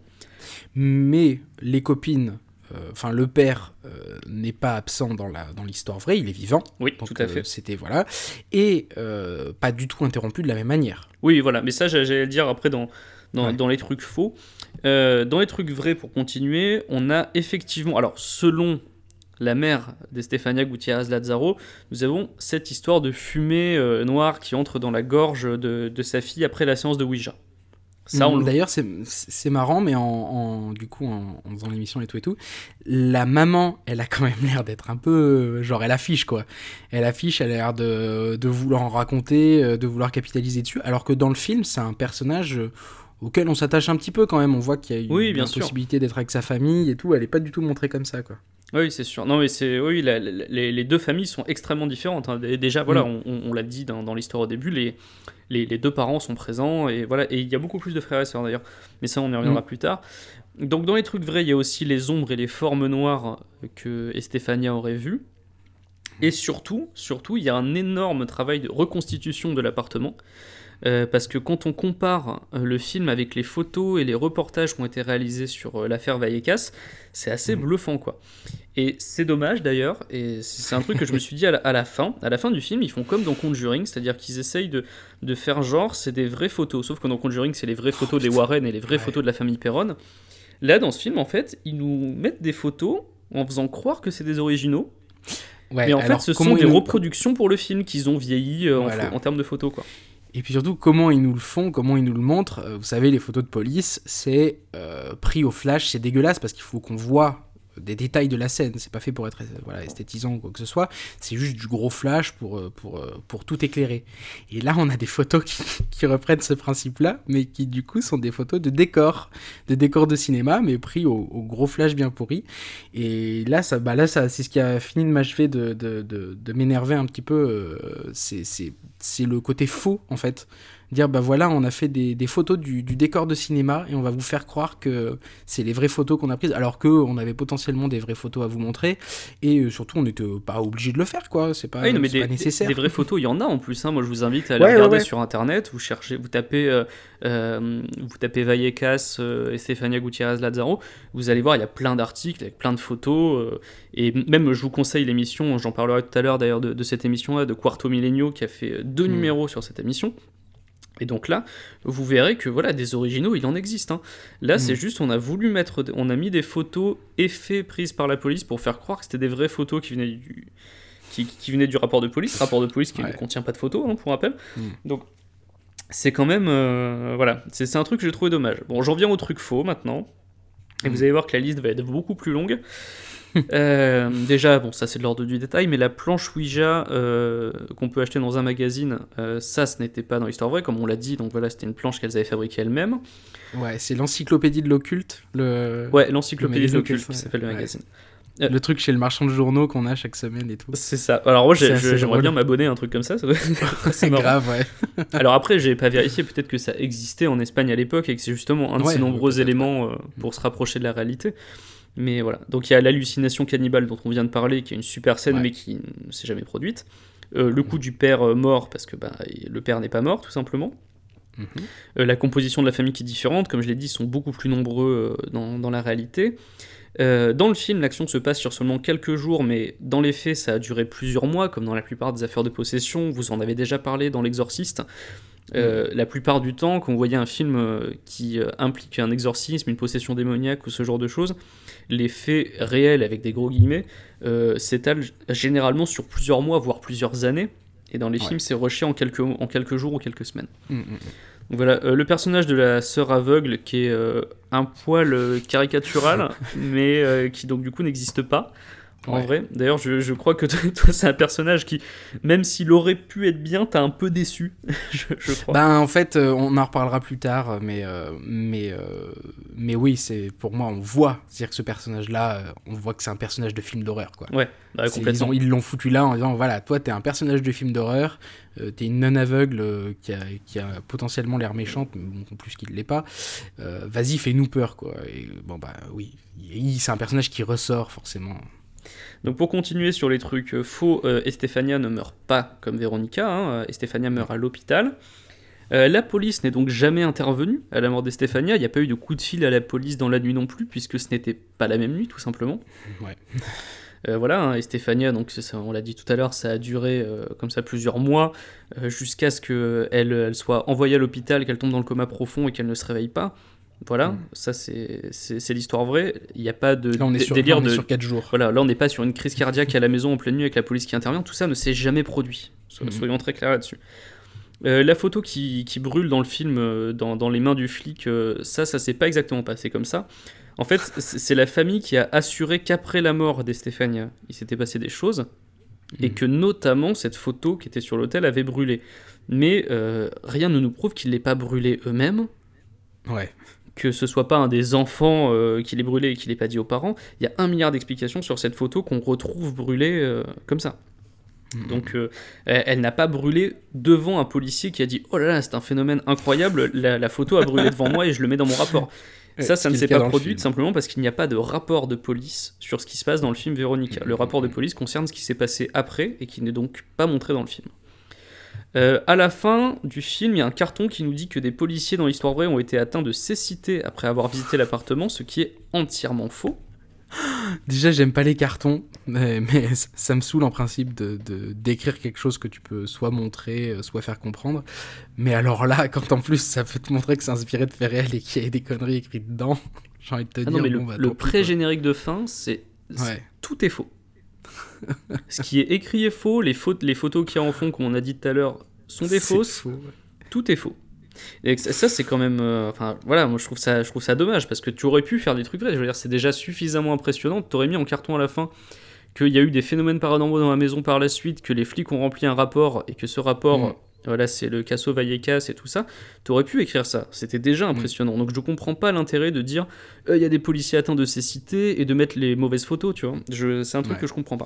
Speaker 2: Mais les copines, enfin euh, le père euh, n'est pas absent dans, la, dans l'histoire vraie, il est vivant.
Speaker 1: Oui,
Speaker 2: donc,
Speaker 1: tout à fait.
Speaker 2: Euh, c'était voilà. Et euh, pas du tout interrompu de la même manière.
Speaker 1: Oui, voilà. Mais ça, j'allais le dire après dans... Dans, ouais. dans les trucs faux. Euh, dans les trucs vrais, pour continuer, on a effectivement... Alors, selon la mère d'Estefania Gutiérrez Lazaro, nous avons cette histoire de fumée euh, noire qui entre dans la gorge de, de sa fille après la séance de Ouija.
Speaker 2: Ça, on D'ailleurs, c'est, c'est marrant, mais en, en, du coup, en, en faisant l'émission et tout et tout, la maman, elle a quand même l'air d'être un peu... Genre, elle affiche, quoi. Elle affiche, elle a l'air de, de vouloir en raconter, de vouloir capitaliser dessus, alors que dans le film, c'est un personnage... auquel on s'attache un petit peu quand même, on voit qu'il y a une,
Speaker 1: oui, bien
Speaker 2: une
Speaker 1: sûr.
Speaker 2: possibilité d'être avec sa famille et tout, elle est pas du tout montrée comme ça, quoi.
Speaker 1: Oui, c'est sûr. Non, mais c'est oui, la, la, les, les deux familles sont extrêmement différentes. Hein. Déjà, voilà, mm. on, on l'a dit dans, dans l'histoire au début, les, les, les deux parents sont présents et voilà, et il y a beaucoup plus de frères et sœurs d'ailleurs. Mais ça, on y reviendra mm. plus tard. Donc, dans les trucs vrais, il y a aussi les ombres et les formes noires que Estefania aurait vues. Et surtout, surtout, il y a un énorme travail de reconstitution de l'appartement. euh, parce que quand on compare euh, le film avec les photos et les reportages qui ont été réalisés sur euh, l'affaire Vallecas, c'est assez
Speaker 2: Mmh.
Speaker 1: bluffant, quoi. Et c'est dommage d'ailleurs, et c'est un truc que je me suis dit à la, à la fin, à la fin du film, ils font comme dans Conjuring, c'est-à-dire qu'ils essayent de, de faire genre c'est des vraies photos, sauf que dans Conjuring c'est les vraies photos des Warren et les vraies
Speaker 2: Ouais.
Speaker 1: photos de la famille Perron. Là dans ce film en fait, ils nous mettent des photos en faisant croire que c'est des originaux,
Speaker 2: Ouais,
Speaker 1: mais en
Speaker 2: alors,
Speaker 1: fait ce
Speaker 2: comment
Speaker 1: sont
Speaker 2: ils
Speaker 1: des
Speaker 2: nous-
Speaker 1: reproductions pour le film qu'ils ont vieilli euh, en
Speaker 2: Voilà.
Speaker 1: pho- en, termes de photos, quoi.
Speaker 2: Et puis surtout, comment ils nous le font, comment ils nous le montrent. Euh, Vous savez, les photos de police, c'est euh, pris au flash, c'est dégueulasse parce qu'il faut qu'on voit des détails de la scène. C'est pas fait pour être euh, voilà, esthétisant ou quoi que ce soit. C'est juste du gros flash pour, euh, pour, euh, pour tout éclairer. Et là, on a des photos qui, qui reprennent ce principe-là, mais qui du coup sont des photos de décors, de décors de cinéma, mais pris au, au gros flash bien pourri. Et là, ça, bah là ça, c'est ce qui a fini de m'achever de, de, de, de m'énerver un petit peu. Euh, c'est, c'est, c'est le côté faux, en fait. Dire, bah voilà, on a fait des, des photos du, du décor de cinéma et on va vous faire croire que c'est les vraies photos qu'on a prises, alors qu'on avait potentiellement des vraies photos à vous montrer. Et euh, surtout, on n'était pas obligé de le faire, quoi. C'est pas,
Speaker 1: Ah oui, non, mais
Speaker 2: c'est
Speaker 1: des,
Speaker 2: pas nécessaire.
Speaker 1: des vraies photos, il y en a en plus. Hein. Moi, je vous invite à aller
Speaker 2: Ouais, ouais,
Speaker 1: regarder
Speaker 2: ouais.
Speaker 1: sur Internet. Vous cherchez, vous tapez, euh, euh, vous tapez Vallecas euh, et Estefania Gutiérrez Lazaro. Vous allez voir, il y a plein d'articles avec plein de photos. Euh, et même, je vous conseille l'émission. J'en parlerai tout à l'heure d'ailleurs de, de cette émission-là, de Quarto Milenio, qui a fait deux
Speaker 2: Mm.
Speaker 1: numéros sur cette émission. Et donc là, vous verrez que voilà, des originaux, il en existe. Hein. Là,
Speaker 2: Mm.
Speaker 1: c'est juste, on a voulu mettre, on a mis des photos effets prises par la police pour faire croire que c'était des vraies photos qui venaient du, qui, qui venaient du rapport de police, rapport de police qui
Speaker 2: Ouais.
Speaker 1: ne contient pas de photos, hein, pour rappel.
Speaker 2: Mm.
Speaker 1: Donc, c'est quand même, euh, voilà, c'est, c'est un truc que j'ai trouvé dommage. Bon, j'en viens au truc faux maintenant. Et
Speaker 2: Mm.
Speaker 1: vous allez voir que la liste va être beaucoup plus longue. Euh, déjà, bon, ça c'est de l'ordre du détail, mais la planche Ouija euh, qu'on peut acheter dans un magazine, euh, ça ce n'était pas dans l'histoire vraie, comme on l'a dit, donc voilà, c'était une planche qu'elles avaient fabriquée elles-mêmes.
Speaker 2: Ouais, c'est l'encyclopédie de l'occulte. Le...
Speaker 1: Ouais, l'encyclopédie de
Speaker 2: magazine
Speaker 1: l'occulte
Speaker 2: que-
Speaker 1: qui s'appelle le
Speaker 2: ouais.
Speaker 1: magazine.
Speaker 2: le truc chez le marchand de journaux qu'on a chaque semaine et tout.
Speaker 1: C'est ça. Alors moi, j'ai-
Speaker 2: C'est
Speaker 1: je-
Speaker 2: assez
Speaker 1: j'aimerais
Speaker 2: drôle.
Speaker 1: bien m'abonner à un truc comme ça. ça doit- c'est
Speaker 2: C'est
Speaker 1: marrant.
Speaker 2: grave, ouais.
Speaker 1: Alors après, j'ai pas vérifié, peut-être que ça existait en Espagne à l'époque et que c'est justement un de
Speaker 2: Ouais,
Speaker 1: ces nombreux
Speaker 2: peut-être,
Speaker 1: éléments euh, pour se rapprocher de la réalité. Mais voilà. Donc il y a l'hallucination cannibale dont on vient de parler, qui est une super scène
Speaker 2: Ouais.
Speaker 1: mais qui ne s'est jamais produite. Euh, le coup du père euh, mort, parce que bah, le père n'est pas mort, tout simplement.
Speaker 2: Mhm.
Speaker 1: Euh, la composition de la famille qui est différente, comme je l'ai dit, ils sont beaucoup plus nombreux euh, dans, dans la réalité. Euh, dans le film, l'action se passe sur seulement quelques jours, mais dans les faits, ça a duré plusieurs mois, comme dans la plupart des affaires de possession. Vous en avez déjà parlé dans L'Exorciste. Euh, La plupart du temps, quand vous voyez un film euh, qui euh, implique un exorcisme, une possession démoniaque ou ce genre de choses, les faits réels, avec des gros guillemets, euh, s'étalent généralement sur plusieurs mois, voire plusieurs années. Et dans les
Speaker 2: Ouais.
Speaker 1: films, c'est rushé en quelques, en quelques jours ou quelques semaines.
Speaker 2: Mm, mm.
Speaker 1: Donc voilà, euh, le personnage de la sœur aveugle qui est euh, un poil euh, caricatural, mais euh, qui donc du coup n'existe pas en
Speaker 2: Ouais.
Speaker 1: vrai. D'ailleurs, je, je crois que toi, toi, c'est un personnage qui, même s'il aurait pu être bien, t'as un peu déçu, je, je crois.
Speaker 2: Ben en fait, euh, on en reparlera plus tard, mais euh, mais euh, mais oui, c'est pour moi on voit, c'est-à-dire que ce personnage-là, euh, on voit que c'est un personnage de film d'horreur, quoi.
Speaker 1: Ouais, bah,
Speaker 2: C'est- ils
Speaker 1: complètement.
Speaker 2: ont- ils l'ont foutu là en disant voilà, toi t'es un personnage de film d'horreur, euh, t'es une nonne aveugle euh, qui a qui a potentiellement l'air méchante, mais bon, en plus qu'il l'est pas. Euh, vas-y, fais-nous peur, quoi. Et bon bah oui, il- c'est un personnage qui ressort forcément.
Speaker 1: Donc pour continuer sur les trucs euh, faux, euh, Estefania ne meurt pas comme Véronica, hein, Estefania meurt à l'hôpital. Euh, la police n'est donc jamais intervenue à la mort d'Estefania, il n'y a pas eu de coup de fil à la police dans la nuit non plus, puisque ce n'était pas la même nuit tout simplement.
Speaker 2: Ouais.
Speaker 1: Euh, voilà, hein, Estefania, donc c'est ça, on l'a dit tout à l'heure, ça a duré euh, comme ça plusieurs mois, euh, jusqu'à ce qu'elle elle soit envoyée à l'hôpital, qu'elle tombe dans le coma profond et qu'elle ne se réveille pas. Voilà,
Speaker 2: Mm.
Speaker 1: ça c'est, c'est, c'est l'histoire vraie, il n'y a pas de
Speaker 2: Là on est
Speaker 1: dé-
Speaker 2: sur,
Speaker 1: délire
Speaker 2: là, on est
Speaker 1: de...
Speaker 2: sur quatre jours.
Speaker 1: Voilà, là on n'est pas sur une crise cardiaque à la maison en pleine nuit avec la police qui intervient, tout ça ne s'est jamais produit, so-
Speaker 2: Mhm.
Speaker 1: soyons très clairs là-dessus. Euh, la photo qui, qui brûle dans le film, euh, dans, dans les mains du flic, euh, ça, ça s'est pas exactement passé comme ça. En fait, c'est c'est la famille qui a assuré qu'après la mort d'Estefania, il s'était passé des choses, et
Speaker 2: Mhm.
Speaker 1: que notamment cette photo qui était sur l'autel avait brûlé. Mais euh, rien ne nous prouve qu'ils l'aient pas brûlé eux-mêmes,
Speaker 2: Ouais.
Speaker 1: que ce soit pas un des enfants euh, qui l'ait brûlé et qui l'ait pas dit aux parents. Il y a un milliard d'explications sur cette photo qu'on retrouve brûlée euh, comme ça.
Speaker 2: Mhm.
Speaker 1: Donc euh, elle, elle n'a pas brûlé devant un policier qui a dit « Oh là là, c'est un phénomène incroyable, la, la photo a brûlé devant moi et je le mets dans mon rapport ».
Speaker 2: Ouais,
Speaker 1: Ça,
Speaker 2: ce
Speaker 1: ça
Speaker 2: qui
Speaker 1: ne
Speaker 2: est
Speaker 1: s'est
Speaker 2: le cas
Speaker 1: pas
Speaker 2: dans le
Speaker 1: produit
Speaker 2: film.
Speaker 1: tout simplement parce qu'il n'y a pas de rapport de police sur ce qui se passe dans le film Véronica. Le rapport de police concerne ce qui s'est passé après et qui n'est donc pas montré dans le film. Euh, à la fin du film, il y a un carton qui nous dit que des policiers dans l'histoire vraie ont été atteints de cécité après avoir visité l'appartement, ce qui est entièrement faux.
Speaker 2: Déjà, j'aime pas les cartons, mais, mais ça me saoule en principe de, de, d'écrire quelque chose que tu peux soit montrer, soit faire comprendre. Mais alors là, quand en plus ça peut te montrer que c'est inspiré de faits réels et qu'il y a des conneries écrites dedans, j'ai envie de te
Speaker 1: ah
Speaker 2: dire...
Speaker 1: non, mais
Speaker 2: bon,
Speaker 1: le,
Speaker 2: bah,
Speaker 1: le
Speaker 2: pis,
Speaker 1: pré-générique de fin, c'est, c'est
Speaker 2: ouais.
Speaker 1: tout est faux. Ce qui est écrit est faux, les, fautes, les photos qu'il y a en fond, comme on a dit tout à l'heure, sont des
Speaker 2: c'est
Speaker 1: fausses.
Speaker 2: Faux.
Speaker 1: Tout est faux. Et ça, c'est quand même... Euh, enfin, voilà, moi, je trouve, ça, je trouve ça dommage, parce que tu aurais pu faire des trucs vrais. Je veux dire, c'est déjà suffisamment impressionnant. Tu aurais mis en carton à la fin qu'il y a eu des phénomènes paranormaux dans la maison par la suite, que les flics ont rempli un rapport, et que ce rapport... Mmh. Voilà, c'est le Caso Vallecas et tout ça. T'aurais pu écrire ça, c'était déjà impressionnant. Mmh. Donc je comprends pas l'intérêt de dire il euh, y a des policiers atteints de cécité et de mettre les mauvaises photos, tu vois. Je, c'est un truc ouais. que je comprends pas.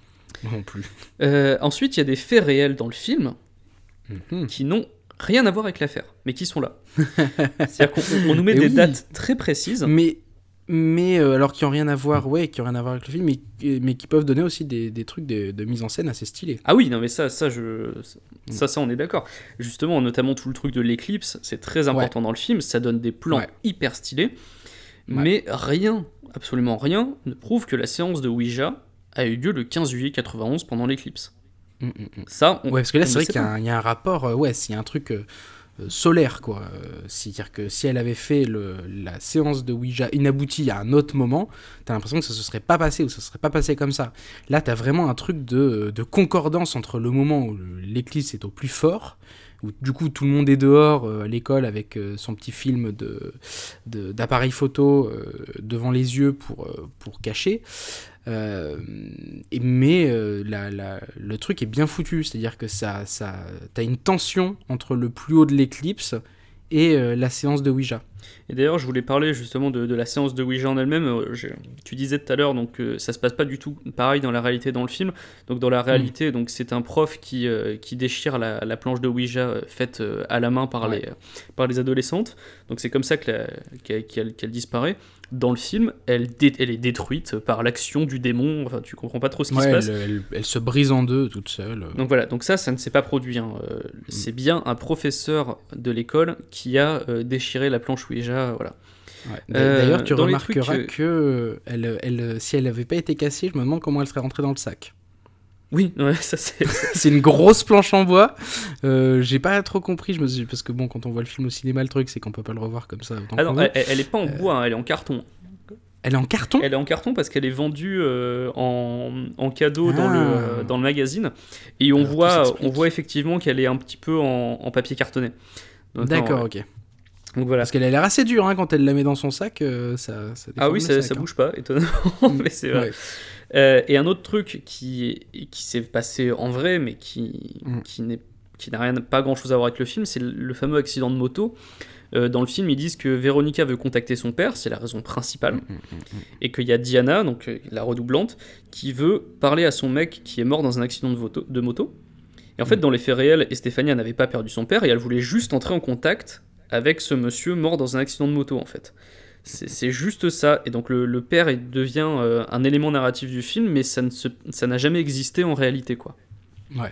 Speaker 2: Non plus.
Speaker 1: Euh, ensuite, il y a des faits réels dans le film
Speaker 2: mmh.
Speaker 1: qui n'ont rien à voir avec l'affaire, mais qui sont là. C'est-à-dire qu'on on nous met et des oui. dates très précises.
Speaker 2: Mais, mais euh, alors qui n'ont rien à voir, ouais, qui ont rien à voir avec le film, mais, mais qui peuvent donner aussi des, des trucs de, de mise en scène assez stylés.
Speaker 1: Ah oui, non mais ça, ça, je, ça, ça, on est d'accord. Justement, notamment tout le truc de l'éclipse, c'est très important ouais. dans le film. Ça donne des plans ouais. hyper stylés, ouais. mais rien, absolument rien, ne prouve que la séance de Ouija a eu lieu le quinze juillet quatre-vingt-onze pendant l'éclipse.
Speaker 2: Mmh, mmh.
Speaker 1: Ça, on,
Speaker 2: ouais, parce que là, c'est vrai qu'il y a, un, il y a un rapport, euh, ouais, s'il y a un truc euh, solaire, quoi. Euh, c'est-à-dire que si elle avait fait le, la séance de Ouija inaboutie à un autre moment, t'as l'impression que ça se serait pas passé, ou ça se serait pas passé comme ça. Là, t'as vraiment un truc de, de concordance entre le moment où l'éclipse est au plus fort, où du coup tout le monde est dehors euh, à l'école avec euh, son petit film de, de, d'appareil photo euh, devant les yeux pour, euh, pour cacher. Euh, et, mais euh, la, la, le truc est bien foutu, c'est-à-dire que ça, ça, t'as une tension entre le plus haut de l'éclipse et euh, la séance de Ouija.
Speaker 1: Et d'ailleurs, je voulais parler justement de, de la séance de Ouija en elle-même. Je, tu disais tout à l'heure, donc euh, ça se passe pas du tout pareil dans la réalité dans le film. Donc dans la réalité, mmh. donc c'est un prof qui euh, qui déchire la, la planche de Ouija faite euh, à la main par ouais. les euh, par les adolescentes. Donc c'est comme ça que la, qu'elle, qu'elle, qu'elle disparaît. Dans le film, elle, dé- elle est détruite par l'action du démon. Enfin, tu comprends pas trop ce qui
Speaker 2: ouais,
Speaker 1: se passe.
Speaker 2: Elle, elle, elle se brise en deux toute seule.
Speaker 1: Donc voilà, donc ça, ça ne s'est pas produit. Hein. Euh, mmh. C'est bien un professeur de l'école qui a euh, déchiré la planche Ouija. Voilà.
Speaker 2: Ouais. D'ailleurs, tu euh, remarqueras trucs, que euh, elle, elle, si elle n'avait pas été cassée, je me demande comment elle serait rentrée dans le sac.
Speaker 1: Oui, ouais, ça c'est.
Speaker 2: C'est une grosse planche en bois. Euh, j'ai pas trop compris, je me suis... parce que bon, quand on voit le film au cinéma, le truc c'est qu'on peut pas le revoir comme ça.
Speaker 1: Ah non, elle, elle est pas en euh... bois, hein, elle est en carton.
Speaker 2: Elle est en carton ?
Speaker 1: Elle est en carton parce qu'elle est vendue euh, en, en cadeau ah. dans, le, euh, dans le magazine. Et on, voit, on voit effectivement qu'elle est un petit peu en, en papier cartonné.
Speaker 2: Donc, D'accord, non, ouais. ok.
Speaker 1: Donc voilà.
Speaker 2: Parce qu'elle a l'air assez dure hein, quand elle la met dans son sac. Euh, ça, ça
Speaker 1: ah oui, ça,
Speaker 2: sac,
Speaker 1: ça
Speaker 2: hein.
Speaker 1: bouge pas, étonnamment. Mais c'est vrai. Ouais. Euh, et un autre truc qui, qui s'est passé en vrai, mais qui, mm. qui, n'est, qui n'a rien, pas grand chose à voir avec le film, c'est le, le fameux accident de moto. Euh, dans le film, ils disent que Véronica veut contacter son père, c'est la raison principale, mm, mm, mm. et qu'il y a Diana, donc la redoublante, qui veut parler à son mec qui est mort dans un accident de, voto, de moto. Et en fait, dans les faits réels, Estefania n'avait pas perdu son père et elle voulait juste entrer en contact avec ce monsieur mort dans un accident de moto, en fait. C'est, c'est juste ça. Et donc le, le père il devient euh, un élément narratif du film, mais ça, ne se, ça n'a jamais existé en réalité, quoi.
Speaker 2: Ouais.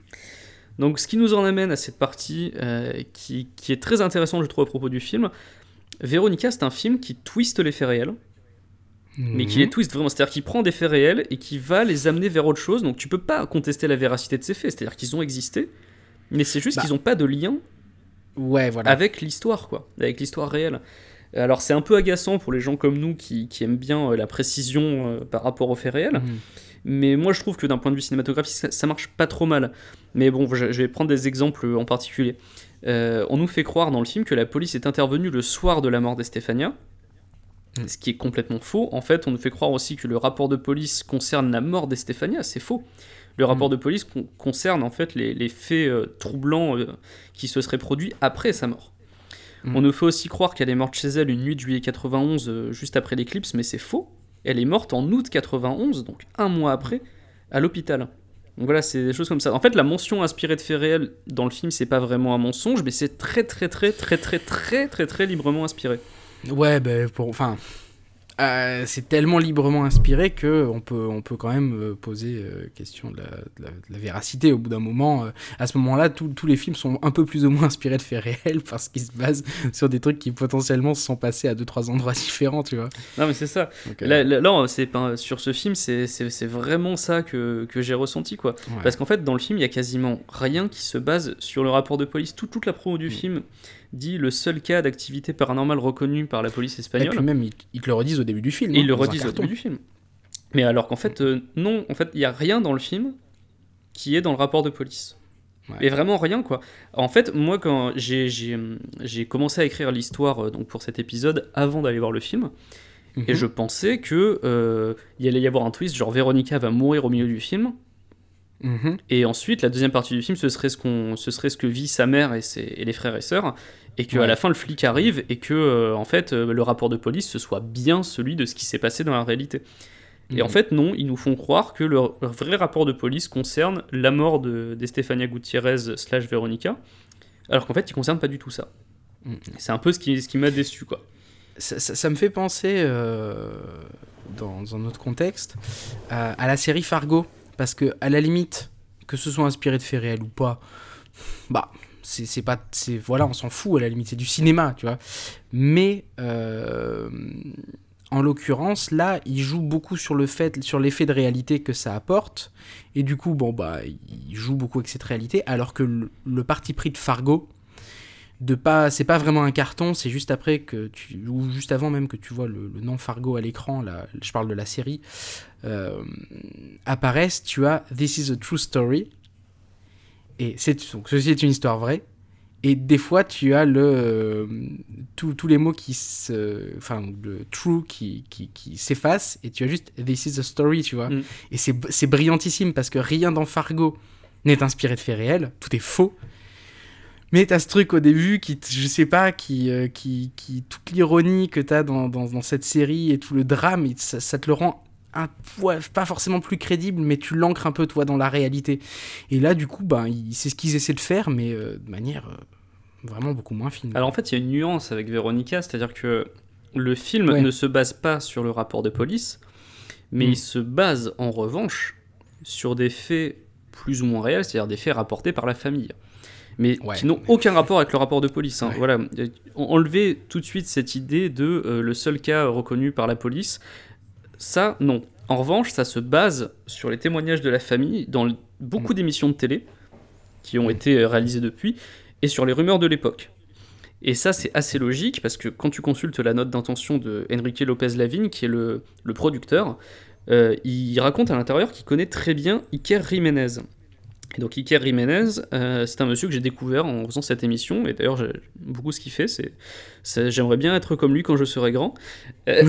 Speaker 1: Donc ce qui nous en amène à cette partie euh, qui, qui est très intéressante, je trouve, à propos du film. Véronica, c'est un film qui twiste les faits réels, mmh. mais qui les twiste vraiment. C'est-à-dire qu'il prend des faits réels et qui va les amener vers autre chose. Donc tu peux pas contester la véracité de ces faits. C'est-à-dire qu'ils ont existé, mais c'est juste bah. qu'ils n'ont pas de lien
Speaker 2: ouais, voilà.
Speaker 1: avec l'histoire, quoi, avec l'histoire réelle. Alors c'est un peu agaçant pour les gens comme nous qui, qui aiment bien euh, la précision euh, par rapport aux faits réels, mmh. mais moi je trouve que d'un point de vue cinématographique ça, ça marche pas trop mal. Mais bon, je, je vais prendre des exemples en particulier. Euh, on nous fait croire dans le film que la police est intervenue le soir de la mort d'Estefania, mmh. ce qui est complètement faux. En fait, on nous fait croire aussi que le rapport de police concerne la mort d'Estefania, c'est faux. Le rapport mmh. de police con- concerne en fait les, les faits euh, troublants euh, qui se seraient produits après sa mort. On nous fait aussi croire qu'elle est morte chez elle une nuit de juillet quatre-vingt-onze, euh, juste après l'éclipse, mais c'est faux. Elle est morte en août quatre-vingt-onze, donc un mois après, à l'hôpital. Donc voilà, c'est des choses comme ça. En fait, la mention inspirée de faits réels dans le film, c'est pas vraiment un mensonge, mais c'est très très très très très très très très très librement inspiré.
Speaker 2: Ouais, ben, pour... Enfin... euh, c'est tellement librement inspiré que on peut, on peut quand même euh, poser euh, question de la, de, la, de la véracité au bout d'un moment. Euh, à ce moment-là, tous les films sont un peu plus ou moins inspirés de faits réels parce qu'ils se basent sur des trucs qui potentiellement se sont passés à deux trois endroits différents, tu vois.
Speaker 1: Non mais c'est ça. Donc, euh... là, là, là c'est pas, sur ce film, c'est, c'est, c'est vraiment ça que, que j'ai ressenti, quoi. Ouais. Parce qu'en fait, dans le film, il y a quasiment rien qui se base sur le rapport de police. Tout, toute la promo du mmh. film dit le seul cas d'activité paranormale reconnu par la police espagnole.
Speaker 2: Et puis même, ils, ils te le redisent au début du film.
Speaker 1: Et hein, ils le redisent au début du film. Mais alors qu'en fait, euh, non, en fait, il n'y a rien dans le film qui est dans le rapport de police. Ouais. Et vraiment rien, quoi. En fait, moi, quand j'ai, j'ai, j'ai commencé à écrire l'histoire euh, donc pour cet épisode avant d'aller voir le film, mm-hmm. et je pensais qu'il euh, allait y avoir un twist, genre Véronica va mourir au milieu du film. Mmh. Et ensuite, la deuxième partie du film, ce serait ce, qu'on, ce, serait ce que vit sa mère et, ses, et les frères et sœurs, et qu'à ouais. la fin, le flic arrive, et que, euh, en fait, euh, le rapport de police, ce soit bien celui de ce qui s'est passé dans la réalité. Mmh. Et en fait, non, ils nous font croire que le vrai rapport de police concerne la mort de, d'Estefania Gutiérrez slash Véronica, alors qu'en fait, il ne concerne pas du tout ça. Mmh. C'est un peu ce qui, ce qui m'a déçu, quoi.
Speaker 2: Ça, ça, ça me fait penser, euh, dans, dans un autre contexte, à, à la série Fargo. Parce que, à la limite, que ce soit inspiré de faits réels ou pas, bah, c'est, c'est pas. C'est, voilà, on s'en fout, à la limite, c'est du cinéma, tu vois. Mais, euh, en l'occurrence, là, il joue beaucoup sur le fait, sur l'effet de réalité que ça apporte. Et du coup, bon, bah, il joue beaucoup avec cette réalité, alors que le, le parti pris de Fargo, de pas, c'est pas vraiment un carton, c'est juste après que tu, ou juste avant même que tu vois le, le nom Fargo à l'écran, là, je parle de la série, euh, apparaissent, tu as This is a true story, et c'est, donc, ceci est une histoire vraie, et des fois tu as le, euh, tous les mots qui se, enfin, le true qui, qui, qui s'efface, et tu as juste This is a story, tu vois, mm. et c'est, c'est brillantissime, parce que rien dans Fargo n'est inspiré de faits réels, tout est faux. Mais t'as ce truc au début qui, je sais pas, qui, euh, qui, qui toute l'ironie que t'as dans, dans, dans cette série et tout le drame, ça, ça te le rend un, ouais, pas forcément plus crédible, mais tu l'ancres un peu, toi, dans la réalité. Et là, du coup, ben, il, c'est ce qu'ils essaient de faire, mais euh, de manière euh, vraiment beaucoup moins fine.
Speaker 1: Alors en fait, il y a une nuance avec Véronica, c'est-à-dire que le film ouais. ne se base pas sur le rapport de police, mais mmh. il se base, en revanche, sur des faits plus ou moins réels, c'est-à-dire des faits rapportés par la famille. Mais ouais, qui n'ont mais... aucun rapport avec le rapport de police. Hein. Ouais. Voilà. Enlever tout de suite cette idée de euh, le seul cas reconnu par la police, ça, non. En revanche, ça se base sur les témoignages de la famille dans l- beaucoup mmh. d'émissions de télé qui ont mmh. été réalisées depuis, et sur les rumeurs de l'époque. Et ça, c'est assez logique, parce que quand tu consultes la note d'intention de Enrique Lopez-Lavigne, qui est le, le producteur, euh, il raconte à l'intérieur qu'il connaît très bien Iker Jiménez. Et donc Iker Jiménez, euh, c'est un monsieur que j'ai découvert en faisant cette émission, et d'ailleurs j'aime beaucoup ce qu'il fait, c'est, c'est, j'aimerais bien être comme lui quand je serai grand. Euh...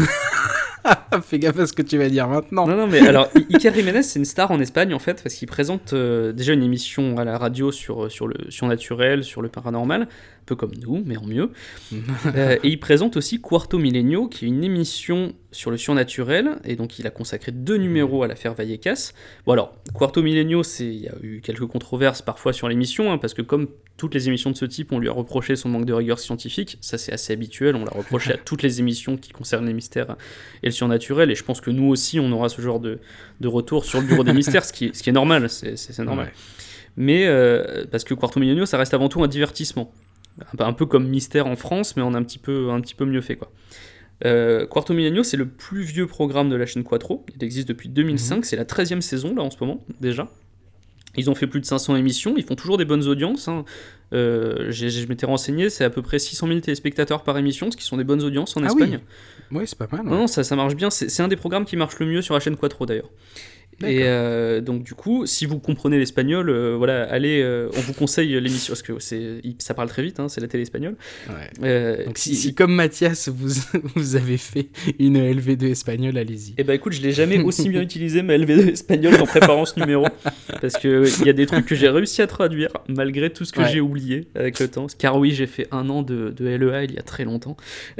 Speaker 2: Fais gaffe à ce que tu vas dire maintenant.
Speaker 1: Non, non, mais alors Iker Jiménez, c'est une star en Espagne en fait, parce qu'il présente euh, déjà une émission à la radio sur, sur le surnaturel, sur le paranormal, un peu comme nous, mais en mieux. euh, et il présente aussi Quarto Milenio, qui est une émission sur le surnaturel, et donc il a consacré deux numéros à l'affaire Vallecas. Bon alors, Quarto Milenio, c'est, il y a eu quelques controverses parfois sur l'émission, hein, parce que comme toutes les émissions de ce type, on lui a reproché son manque de rigueur scientifique, ça c'est assez habituel, on l'a reproché à toutes les émissions qui concernent les mystères et le surnaturel, et je pense que nous aussi on aura ce genre de, de retour sur le bureau des mystères, ce qui, ce qui est normal, c'est, c'est, c'est normal. Ouais. Mais, euh, parce que Quarto Milenio, ça reste avant tout un divertissement, un peu comme Mystère en France, mais on a un petit peu, un petit peu mieux fait, quoi. Euh, Quarto Milenio, c'est le plus vieux programme de la chaîne Quattro, il existe depuis deux mille cinq, mmh. c'est la treizième saison là en ce moment, déjà. Ils ont fait plus de cinq cents émissions, ils font toujours des bonnes audiences. Hein. Euh, j'ai, je m'étais renseigné, c'est à peu près six cent mille téléspectateurs par émission, ce qui sont des bonnes audiences en
Speaker 2: ah
Speaker 1: Espagne.
Speaker 2: Oui, oui c'est pas mal. Ouais.
Speaker 1: Non, non, ça, ça marche bien, c'est, c'est un des programmes qui marche le mieux sur la chaîne Quattro d'ailleurs. D'accord. Et euh, donc du coup, si vous comprenez l'espagnol, euh, voilà, allez, euh, on vous conseille l'émission, parce que c'est, ça parle très vite, hein, c'est la télé espagnole.
Speaker 2: Ouais. Euh, donc si, si comme Mathias, vous, vous avez fait une L V deux espagnole, allez-y.
Speaker 1: Eh ben écoute, je l'ai jamais aussi bien utilisé ma L V deux espagnole qu'en préparant ce numéro, parce que il y a des trucs que j'ai réussi à traduire malgré tout ce que ouais. j'ai oublié avec le temps. Car oui, j'ai fait un an de, de L E A il y a très longtemps,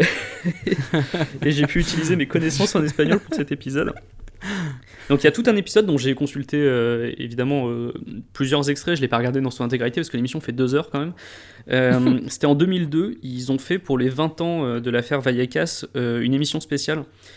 Speaker 1: et j'ai pu utiliser mes connaissances en espagnol pour cet épisode. Donc il y a tout un épisode dont j'ai consulté euh, évidemment euh, plusieurs extraits, je ne l'ai pas regardé dans son intégralité parce que l'émission fait deux heures quand même. Euh, c'était en deux mille deux, ils ont fait pour les vingt ans euh, de l'affaire Vallecas euh, une émission spéciale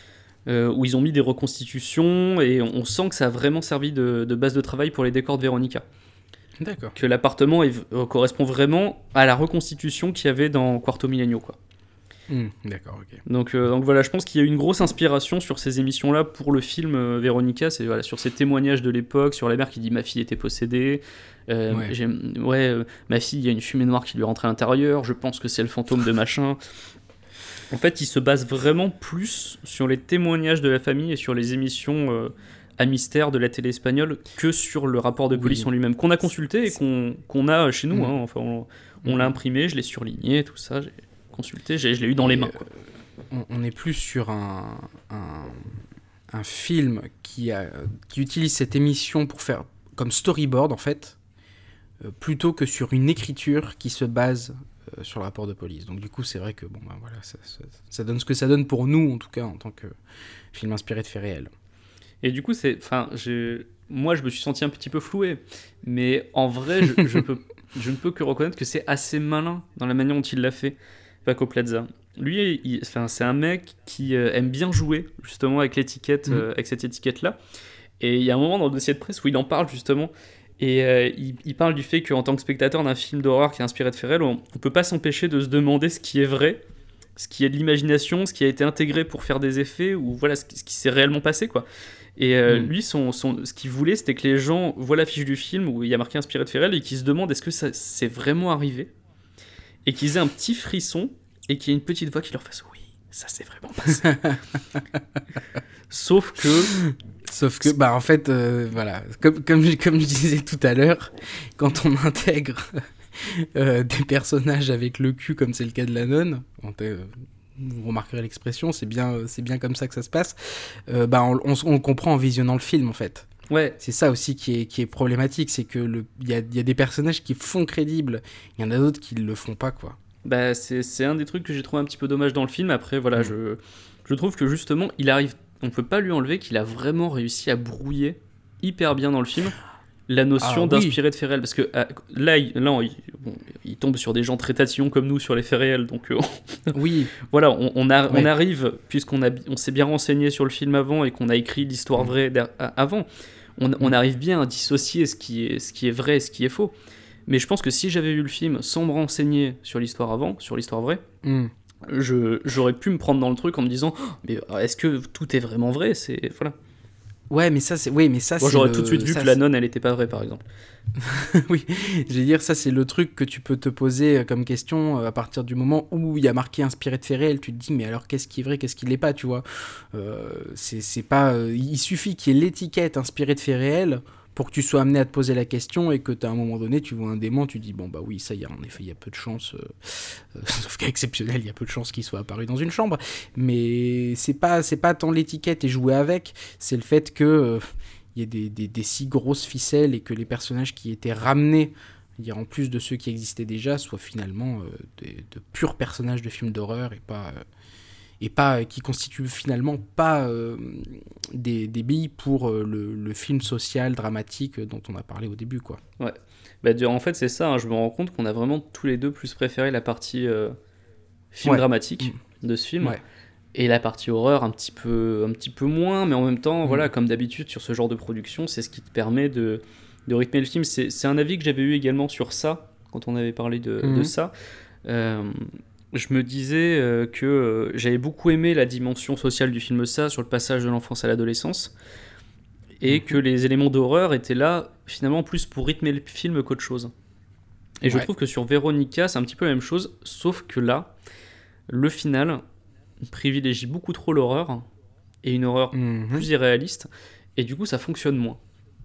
Speaker 1: euh, où ils ont mis des reconstitutions, et on, on sent que ça a vraiment servi de, de base de travail pour les décors de Véronica.
Speaker 2: D'accord.
Speaker 1: Que l'appartement est, euh, correspond vraiment à la reconstitution qu'il y avait dans Quarto Millennio, quoi.
Speaker 2: Mmh, d'accord, ok.
Speaker 1: Donc, euh, donc voilà, je pense qu'il y a eu une grosse inspiration sur ces émissions-là pour le film euh, Véronica, c'est voilà, sur ces témoignages de l'époque, sur la mère qui dit ma fille était possédée, euh,
Speaker 2: Ouais.
Speaker 1: j'ai, ouais, euh, ma fille, il y a une fumée noire qui lui rentre à l'intérieur, je pense que c'est le fantôme de machin. En fait, il se base vraiment plus sur les témoignages de la famille et sur les émissions euh, à mystère de la télé espagnole que sur le rapport de police
Speaker 2: Oui.
Speaker 1: en lui-même, qu'on a consulté et qu'on, qu'on a chez nous.
Speaker 2: Mmh.
Speaker 1: Hein, enfin, on, on
Speaker 2: Mmh.
Speaker 1: l'a imprimé, je l'ai surligné, tout ça, j'ai consulté, j'ai, je l'ai eu dans les
Speaker 2: Et,
Speaker 1: mains, quoi.
Speaker 2: On, on est plus sur un, un, un film qui, a, qui utilise cette émission pour faire comme storyboard, en fait, euh, plutôt que sur une écriture qui se base euh, sur le rapport de police. Donc du coup, c'est vrai que bon, ben, voilà, ça, ça, ça donne ce que ça donne pour nous, en tout cas, en tant que film inspiré de faits réels.
Speaker 1: Et du coup, c'est, enfin, j'ai, moi, je me suis senti un petit peu floué, mais en vrai, je, je, peux, je ne peux que reconnaître que c'est assez malin dans la manière dont il l'a fait, Paco Plaza. Lui, il, enfin, c'est un mec qui euh, aime bien jouer justement avec l'étiquette,
Speaker 2: Mmh.
Speaker 1: euh, avec cette étiquette-là. Et il y a un moment dans le dossier de presse où il en parle justement. Et euh, il, il parle du fait qu'en tant que spectateur d'un film d'horreur qui est inspiré de faits réels, on ne peut pas s'empêcher de se demander ce qui est vrai, ce qui est de l'imagination, ce qui a été intégré pour faire des effets, ou voilà ce qui, ce qui s'est réellement passé, quoi. Et euh,
Speaker 2: Mm.
Speaker 1: lui, son, son, ce qu'il voulait, c'était que les gens voient l'affiche du film où il y a marqué inspiré de faits réels et qu'ils se demandent est-ce que ça c'est vraiment arrivé, et qu'ils aient un petit frisson et qu'il y ait une petite voix qui leur fasse oui, ça s'est vraiment passé. Sauf que
Speaker 2: Sauf que, bah, en fait, euh, voilà, comme, comme, je- comme je disais tout à l'heure, quand on intègre euh, des personnages avec le cul, comme c'est le cas de la nonne, on t'a- vous remarquerez l'expression, c'est bien, c'est bien comme ça que ça se passe, euh, bah, on, on, on comprend en visionnant le film, en fait.
Speaker 1: ouais,
Speaker 2: C'est ça aussi qui est, qui est problématique, c'est que le- il y a, il y a des personnages qui font crédible, il y en a d'autres qui le font pas, quoi.
Speaker 1: bah c'est, c'est un des trucs que j'ai trouvé un petit peu dommage dans le film. Après, voilà,
Speaker 2: Mm.
Speaker 1: je, je trouve que justement, il arrive, on peut pas lui enlever qu'il a vraiment réussi à brouiller hyper bien dans le film la notion
Speaker 2: Ah, oui.
Speaker 1: d'inspirer de faits réels. Parce que euh, là, il, là il, bon, il tombe sur des gens très tatillons comme nous sur les faits réels. Donc euh,
Speaker 2: Oui,
Speaker 1: voilà, on, on, a,
Speaker 2: Ouais.
Speaker 1: on arrive, puisqu'on a, on s'est bien renseigné sur le film avant et qu'on a écrit l'histoire
Speaker 2: Mm.
Speaker 1: vraie der- a- avant, on, on arrive bien à dissocier ce qui, est, ce qui est vrai et ce qui est faux. Mais je pense que si j'avais vu le film sans me renseigner sur l'histoire avant, sur l'histoire vraie,
Speaker 2: Mm.
Speaker 1: je, j'aurais pu me prendre dans le truc en me disant oh, mais est-ce que tout est vraiment vrai? C'est, voilà.
Speaker 2: Ouais, mais ça, c'est, oui, mais ça,
Speaker 1: Moi,
Speaker 2: c'est
Speaker 1: j'aurais
Speaker 2: le-
Speaker 1: tout de suite vu
Speaker 2: ça,
Speaker 1: que la
Speaker 2: c'est-
Speaker 1: nonne, elle était pas vraie, par exemple.
Speaker 2: Oui, je vais dire, ça c'est le truc que tu peux te poser euh, comme question euh, à partir du moment où il y a marqué inspiré de faits réels. Tu te dis, mais alors qu'est-ce qui est vrai, qu'est-ce qui l'est pas, tu vois. Euh, c'est, c'est pas, euh, il suffit qu'il y ait l'étiquette inspirée de faits réels pour que tu sois amené à te poser la question et que à un moment donné, tu vois un démon, tu dis, bon bah oui, ça y a, en effet, il y a peu de chance, euh, euh, sauf cas exceptionnel, il y a peu de chance qu'il soit apparu dans une chambre. Mais c'est pas, c'est pas tant l'étiquette et jouer avec, c'est le fait que... euh, il y a des, des, des si grosses ficelles et que les personnages qui étaient ramenés, dire en plus de ceux qui existaient déjà, soient finalement euh, des, de purs personnages de films d'horreur et pas, euh, et pas euh, qui constituent finalement pas euh, des, des billes pour euh, le, le film social, dramatique euh, dont on a parlé au début, quoi.
Speaker 1: Bah, de- en fait, c'est ça, hein, je me rends compte qu'on a vraiment tous les deux plus préféré la partie euh, film
Speaker 2: Ouais.
Speaker 1: dramatique de ce film.
Speaker 2: Ouais.
Speaker 1: Et la partie horreur un petit peu, un petit peu moins, mais en même temps,
Speaker 2: Mm.
Speaker 1: voilà, comme d'habitude sur ce genre de production, c'est ce qui te permet de, de rythmer le film. C'est, c'est un avis que j'avais eu également sur ça, quand on avait parlé de,
Speaker 2: Mhm.
Speaker 1: de ça. Euh, je me disais euh, que euh, j'avais beaucoup aimé la dimension sociale du film Ça, sur le passage de l'enfance à l'adolescence, et
Speaker 2: Mhm.
Speaker 1: que les éléments d'horreur étaient là, finalement, plus pour rythmer le film qu'autre chose. Et je
Speaker 2: Ouais.
Speaker 1: trouve que sur Véronica, c'est un petit peu la même chose, sauf que là, le final privilégie beaucoup trop l'horreur, et une horreur
Speaker 2: Mhm.
Speaker 1: plus irréaliste, et du coup ça fonctionne moins.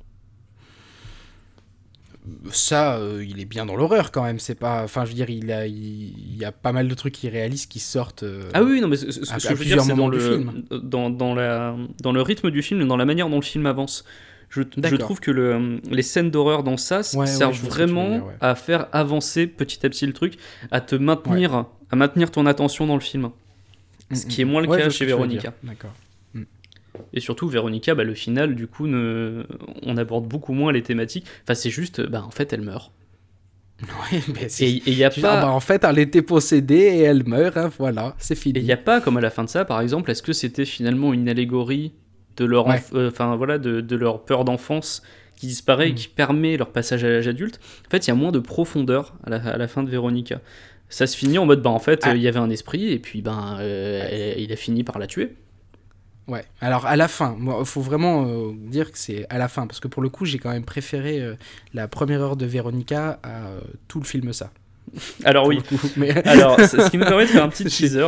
Speaker 2: Ça, euh, il est bien dans l'horreur quand même. C'est pas, enfin, je veux dire, il a, il, il y a pas mal de trucs irréalistes qui sortent. euh,
Speaker 1: Ah oui, non, mais ce, ce- ce
Speaker 2: à-
Speaker 1: que
Speaker 2: à
Speaker 1: je veux dire,
Speaker 2: plusieurs
Speaker 1: c'est dans
Speaker 2: moments
Speaker 1: le,
Speaker 2: du film.
Speaker 1: dans, dans, la, dans le rythme du film, et dans la manière dont le film avance. Je, je
Speaker 2: D'accord.
Speaker 1: trouve que le, les scènes d'horreur dans ça s-
Speaker 2: Ouais, ouais,
Speaker 1: servent
Speaker 2: je vois ce que tu veux
Speaker 1: vraiment
Speaker 2: dire, ouais.
Speaker 1: à faire avancer petit à petit le truc, à te maintenir, à maintenir ton attention dans le film. Ce qui est moins le
Speaker 2: Ouais,
Speaker 1: cas
Speaker 2: je vois ce
Speaker 1: chez
Speaker 2: que tu veux
Speaker 1: Véronica.
Speaker 2: dire. D'accord.
Speaker 1: Et surtout, Véronica, bah, le final, du coup, ne... on aborde beaucoup moins les thématiques. Enfin, c'est juste, bah, en fait, elle meurt.
Speaker 2: Ouais, mais c'est...
Speaker 1: Et il y a
Speaker 2: Je veux
Speaker 1: pas...
Speaker 2: dire, bah, en fait, elle était possédée et elle meurt, hein, voilà, c'est fini.
Speaker 1: Et il n'y a pas, comme à la fin de ça, par exemple, est-ce que c'était finalement une allégorie de leur,
Speaker 2: Ouais.
Speaker 1: enf- euh, enfin, voilà, de, de leur peur d'enfance qui disparaît et
Speaker 2: Mm.
Speaker 1: qui permet leur passage à l'âge adulte? En fait, il y a moins de profondeur à la, à la fin de Véronica. Ça se finit en mode, bah, en fait, euh, il
Speaker 2: Ah.
Speaker 1: y avait un esprit et puis ben, euh, elle- il a fini par la tuer.
Speaker 2: Ouais, alors à la fin, il faut vraiment euh, dire que c'est à la fin, parce que pour le coup, j'ai quand même préféré euh, la première heure de Véronica à euh, tout le film ça.
Speaker 1: Alors
Speaker 2: Pour
Speaker 1: oui,
Speaker 2: le coup. Mais
Speaker 1: alors, c'est- ce qui nous permet de faire un petit teaser,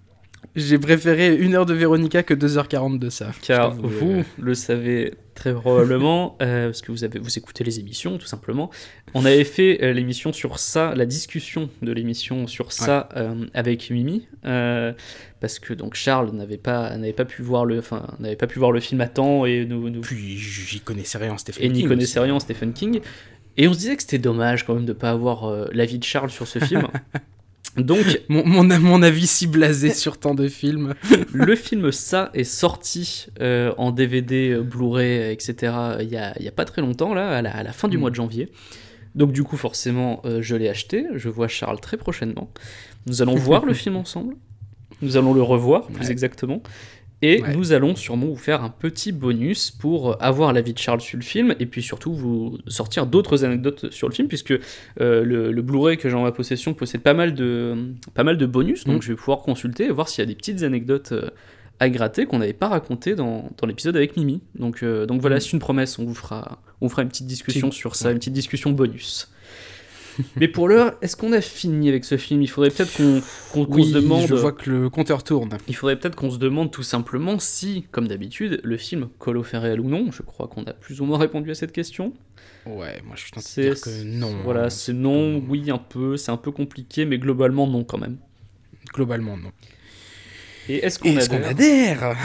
Speaker 2: j'ai préféré une heure de Véronica que deux heures quarante de ça.
Speaker 1: car
Speaker 2: Je t'avoue,
Speaker 1: vous
Speaker 2: euh,
Speaker 1: le savez très probablement, euh, parce que vous, avez, vous écoutez les émissions, tout simplement. On avait fait euh, l'émission sur ça, la discussion de l'émission sur ça euh, avec Mimi, euh, parce que donc Charles n'avait pas, n'avait pas pu voir le, enfin, n'avait pas pu voir le film à temps et nous, nous
Speaker 2: Puis j'y connaissais rien en Stephen
Speaker 1: et
Speaker 2: King.
Speaker 1: n'y connaissait
Speaker 2: aussi.
Speaker 1: rien en Stephen King. Et on se disait que c'était dommage quand même de pas avoir euh, l'avis de Charles sur ce film. Donc,
Speaker 2: Mon, mon, mon avis si blasé sur tant de films.
Speaker 1: le film Ça est sorti euh, en D V D, euh, Blu-ray, et cetera il y a, il y a pas très longtemps, là, à la, à la fin du
Speaker 2: Mm.
Speaker 1: mois de janvier. Donc du coup, forcément, euh, je l'ai acheté. Je vois Charles très prochainement. Nous allons voir le film ensemble. Nous allons le revoir, plus
Speaker 2: Ouais.
Speaker 1: exactement. Et
Speaker 2: Ouais.
Speaker 1: nous allons sûrement vous faire un petit bonus pour avoir l'avis de Charles sur le film, et puis surtout vous sortir d'autres anecdotes sur le film, puisque euh, le, le Blu-ray que j'ai en ma possession possède pas mal de, pas mal de bonus, donc
Speaker 2: Mm.
Speaker 1: je vais pouvoir consulter et voir s'il y a des petites anecdotes euh, à gratter qu'on n'avait pas racontées dans, dans l'épisode avec Mimi. Donc, euh, donc voilà,
Speaker 2: Mm.
Speaker 1: c'est une promesse, on vous fera, on vous fera une petite discussion
Speaker 2: Si.
Speaker 1: sur ça,
Speaker 2: Ouais.
Speaker 1: une petite discussion bonus. Mais pour l'heure, est-ce qu'on a fini avec ce film? Il faudrait peut-être qu'on qu'on- qu'on
Speaker 2: Oui,
Speaker 1: se demande...
Speaker 2: je vois que le compteur tourne.
Speaker 1: Il faudrait peut-être qu'on se demande tout simplement si, comme d'habitude, le film colle au fait réel ou non. Je crois qu'on a plus ou moins répondu à cette question.
Speaker 2: Ouais, moi je suis tenté de
Speaker 1: C'est
Speaker 2: dire que non.
Speaker 1: Voilà,
Speaker 2: hein,
Speaker 1: c'est non,
Speaker 2: plutôt non.
Speaker 1: oui un peu, c'est un peu compliqué, mais globalement non quand même.
Speaker 2: Globalement, non.
Speaker 1: Et est-ce qu'on
Speaker 2: Est-ce qu'on
Speaker 1: adhère
Speaker 2: adhère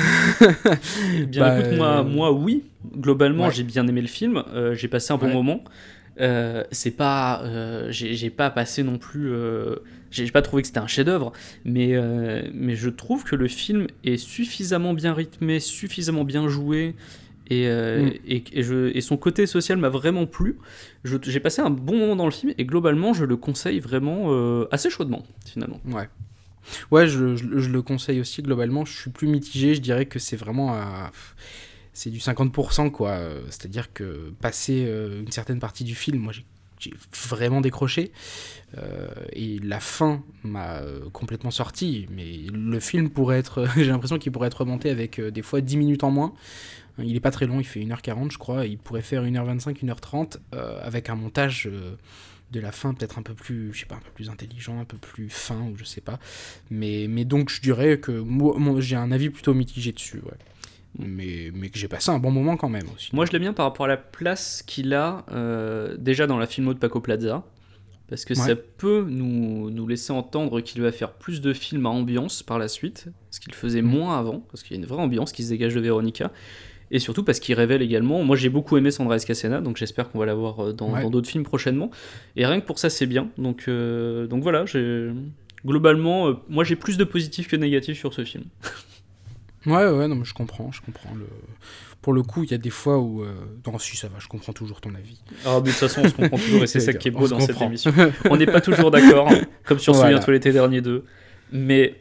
Speaker 1: Eh bien,
Speaker 2: Bah,
Speaker 1: écoute, moi,
Speaker 2: euh,
Speaker 1: moi oui. Globalement,
Speaker 2: ouais.
Speaker 1: j'ai bien aimé le film. euh, j'ai passé un bon
Speaker 2: Ouais.
Speaker 1: moment. Euh, c'est pas, euh, j'ai j'ai pas passé non plus. euh, j'ai j'ai pas trouvé que c'était un chef-d'œuvre, mais euh, mais je trouve que le film est suffisamment bien rythmé, suffisamment bien joué. Et, euh,
Speaker 2: Mm.
Speaker 1: et, et, je, et son côté social m'a vraiment plu. Je- J'ai passé un bon moment dans le film et globalement, je le conseille vraiment euh, assez chaudement, finalement.
Speaker 2: Ouais. Ouais, je, je- je le conseille aussi globalement. Je suis plus mitigé. Je dirais que c'est vraiment à... c'est du cinquante pour cent quoi. Euh, C'est-à-dire que passer euh, une certaine partie du film, moi j'ai, j'ai vraiment décroché. Euh, et la fin m'a euh, complètement sorti. Mais le film pourrait être, j'ai l'impression qu'il pourrait être remonté avec euh, des fois dix minutes en moins. Il est pas très long, il fait une heure quarante je crois. Il pourrait faire une heure vingt-cinq, une heure trente euh, avec un montage euh, de la fin peut-être un peu plus, je sais pas, un peu plus intelligent, un peu plus fin ou je sais pas. Mais, mais donc je dirais que moi, moi, j'ai un avis plutôt mitigé dessus, ouais. Mais, mais que j'ai passé un bon moment quand même aussi.
Speaker 1: Moi, je l'aime bien par rapport à la place qu'il a euh, déjà dans la filmo de Paco Plaza. Parce que
Speaker 2: Ouais.
Speaker 1: ça peut nous, nous laisser entendre qu'il va faire plus de films à ambiance par la suite, ce qu'il faisait
Speaker 2: Mhm.
Speaker 1: moins avant, parce qu'il y a une vraie ambiance qui se dégage de Véronica. Et surtout parce qu'il révèle également. Moi, j'ai beaucoup aimé Sandra Escacena, donc j'espère qu'on va la voir euh, dans,
Speaker 2: Ouais.
Speaker 1: dans d'autres films prochainement. Et rien que pour ça, c'est bien. Donc, euh, donc voilà, j'ai... globalement, euh, moi j'ai plus de positifs que de négatifs sur ce film.
Speaker 2: Ouais, ouais, non, mais je comprends, je comprends. Le... Pour le coup, il y a des fois où... Euh... Non, si, ça va, je comprends toujours ton avis.
Speaker 1: Ah, mais de toute façon, on se comprend toujours et c'est ça qui est
Speaker 2: On
Speaker 1: beau
Speaker 2: se
Speaker 1: dans cette
Speaker 2: comprend.
Speaker 1: émission. On n'est pas toujours d'accord, hein, comme sur
Speaker 2: Voilà.
Speaker 1: Souviens-toi l'été dernier deux. Mais,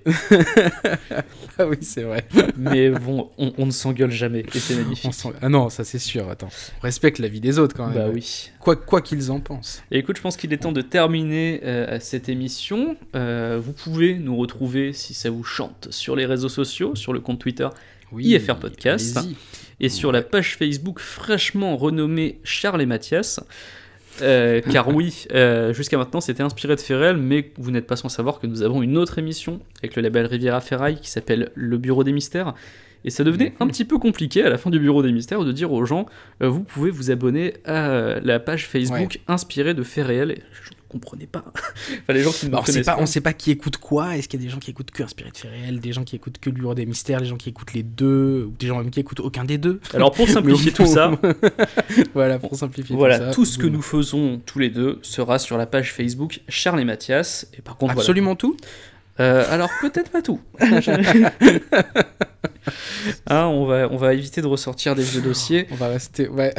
Speaker 2: Ah oui, c'est vrai.
Speaker 1: mais bon, on, on ne s'engueule jamais et c'est magnifique.
Speaker 2: On s'en- Ah non, ça c'est sûr, attends. On respecte la vie des autres quand même.
Speaker 1: Bah oui.
Speaker 2: Quoi, quoi qu'ils en pensent.
Speaker 1: Et écoute, je pense qu'il est temps de terminer euh, cette émission. Euh, vous pouvez nous retrouver, si ça vous chante, sur les réseaux sociaux, sur le compte Twitter
Speaker 2: Oui,
Speaker 1: I F R Podcast.
Speaker 2: allez-y.
Speaker 1: et sur la page Facebook fraîchement renommée Charles et Mathias. Euh, car oui, euh, jusqu'à maintenant c'était inspiré de faits réels, mais vous n'êtes pas sans savoir que nous avons une autre émission avec le label Riviera Ferraille qui s'appelle Le Bureau des Mystères. Et ça devenait un petit peu compliqué à la fin du Bureau des Mystères de dire aux gens euh, vous pouvez vous abonner à la page Facebook
Speaker 2: Ouais.
Speaker 1: inspirée de faits réels. Et je ne comprenais pas. Enfin, les gens qui ne me
Speaker 2: Bah, on sait
Speaker 1: connaissent
Speaker 2: pas,
Speaker 1: pas.
Speaker 2: on sait pas qui écoute quoi. Est-ce qu'il y a des gens qui écoutent que Inspiré de faits réels, des gens qui écoutent que le Bureau des Mystères, des gens qui écoutent les deux, ou des gens même qui écoutent aucun des deux.
Speaker 1: Alors pour simplifier
Speaker 2: Mais au
Speaker 1: tout ça,
Speaker 2: voilà, pour simplifier
Speaker 1: voilà,
Speaker 2: tout ça.
Speaker 1: tout ce que
Speaker 2: vous-
Speaker 1: nous faisons tous les deux sera sur la page Facebook Charles et Mathias. Et par contre, voilà.
Speaker 2: Absolument tout.
Speaker 1: Euh, alors peut-être pas tout. Hein, on, va, on va éviter de ressortir des vieux dossiers.
Speaker 2: On va rester... Ouais.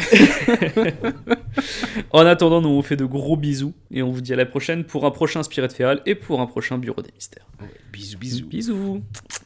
Speaker 1: En attendant, nous on vous fait de gros bisous et on vous dit à la prochaine pour un prochain Spirit Feral et pour un prochain Bureau des Mystères.
Speaker 2: Ouais, bisous, bisous.
Speaker 1: Bisous.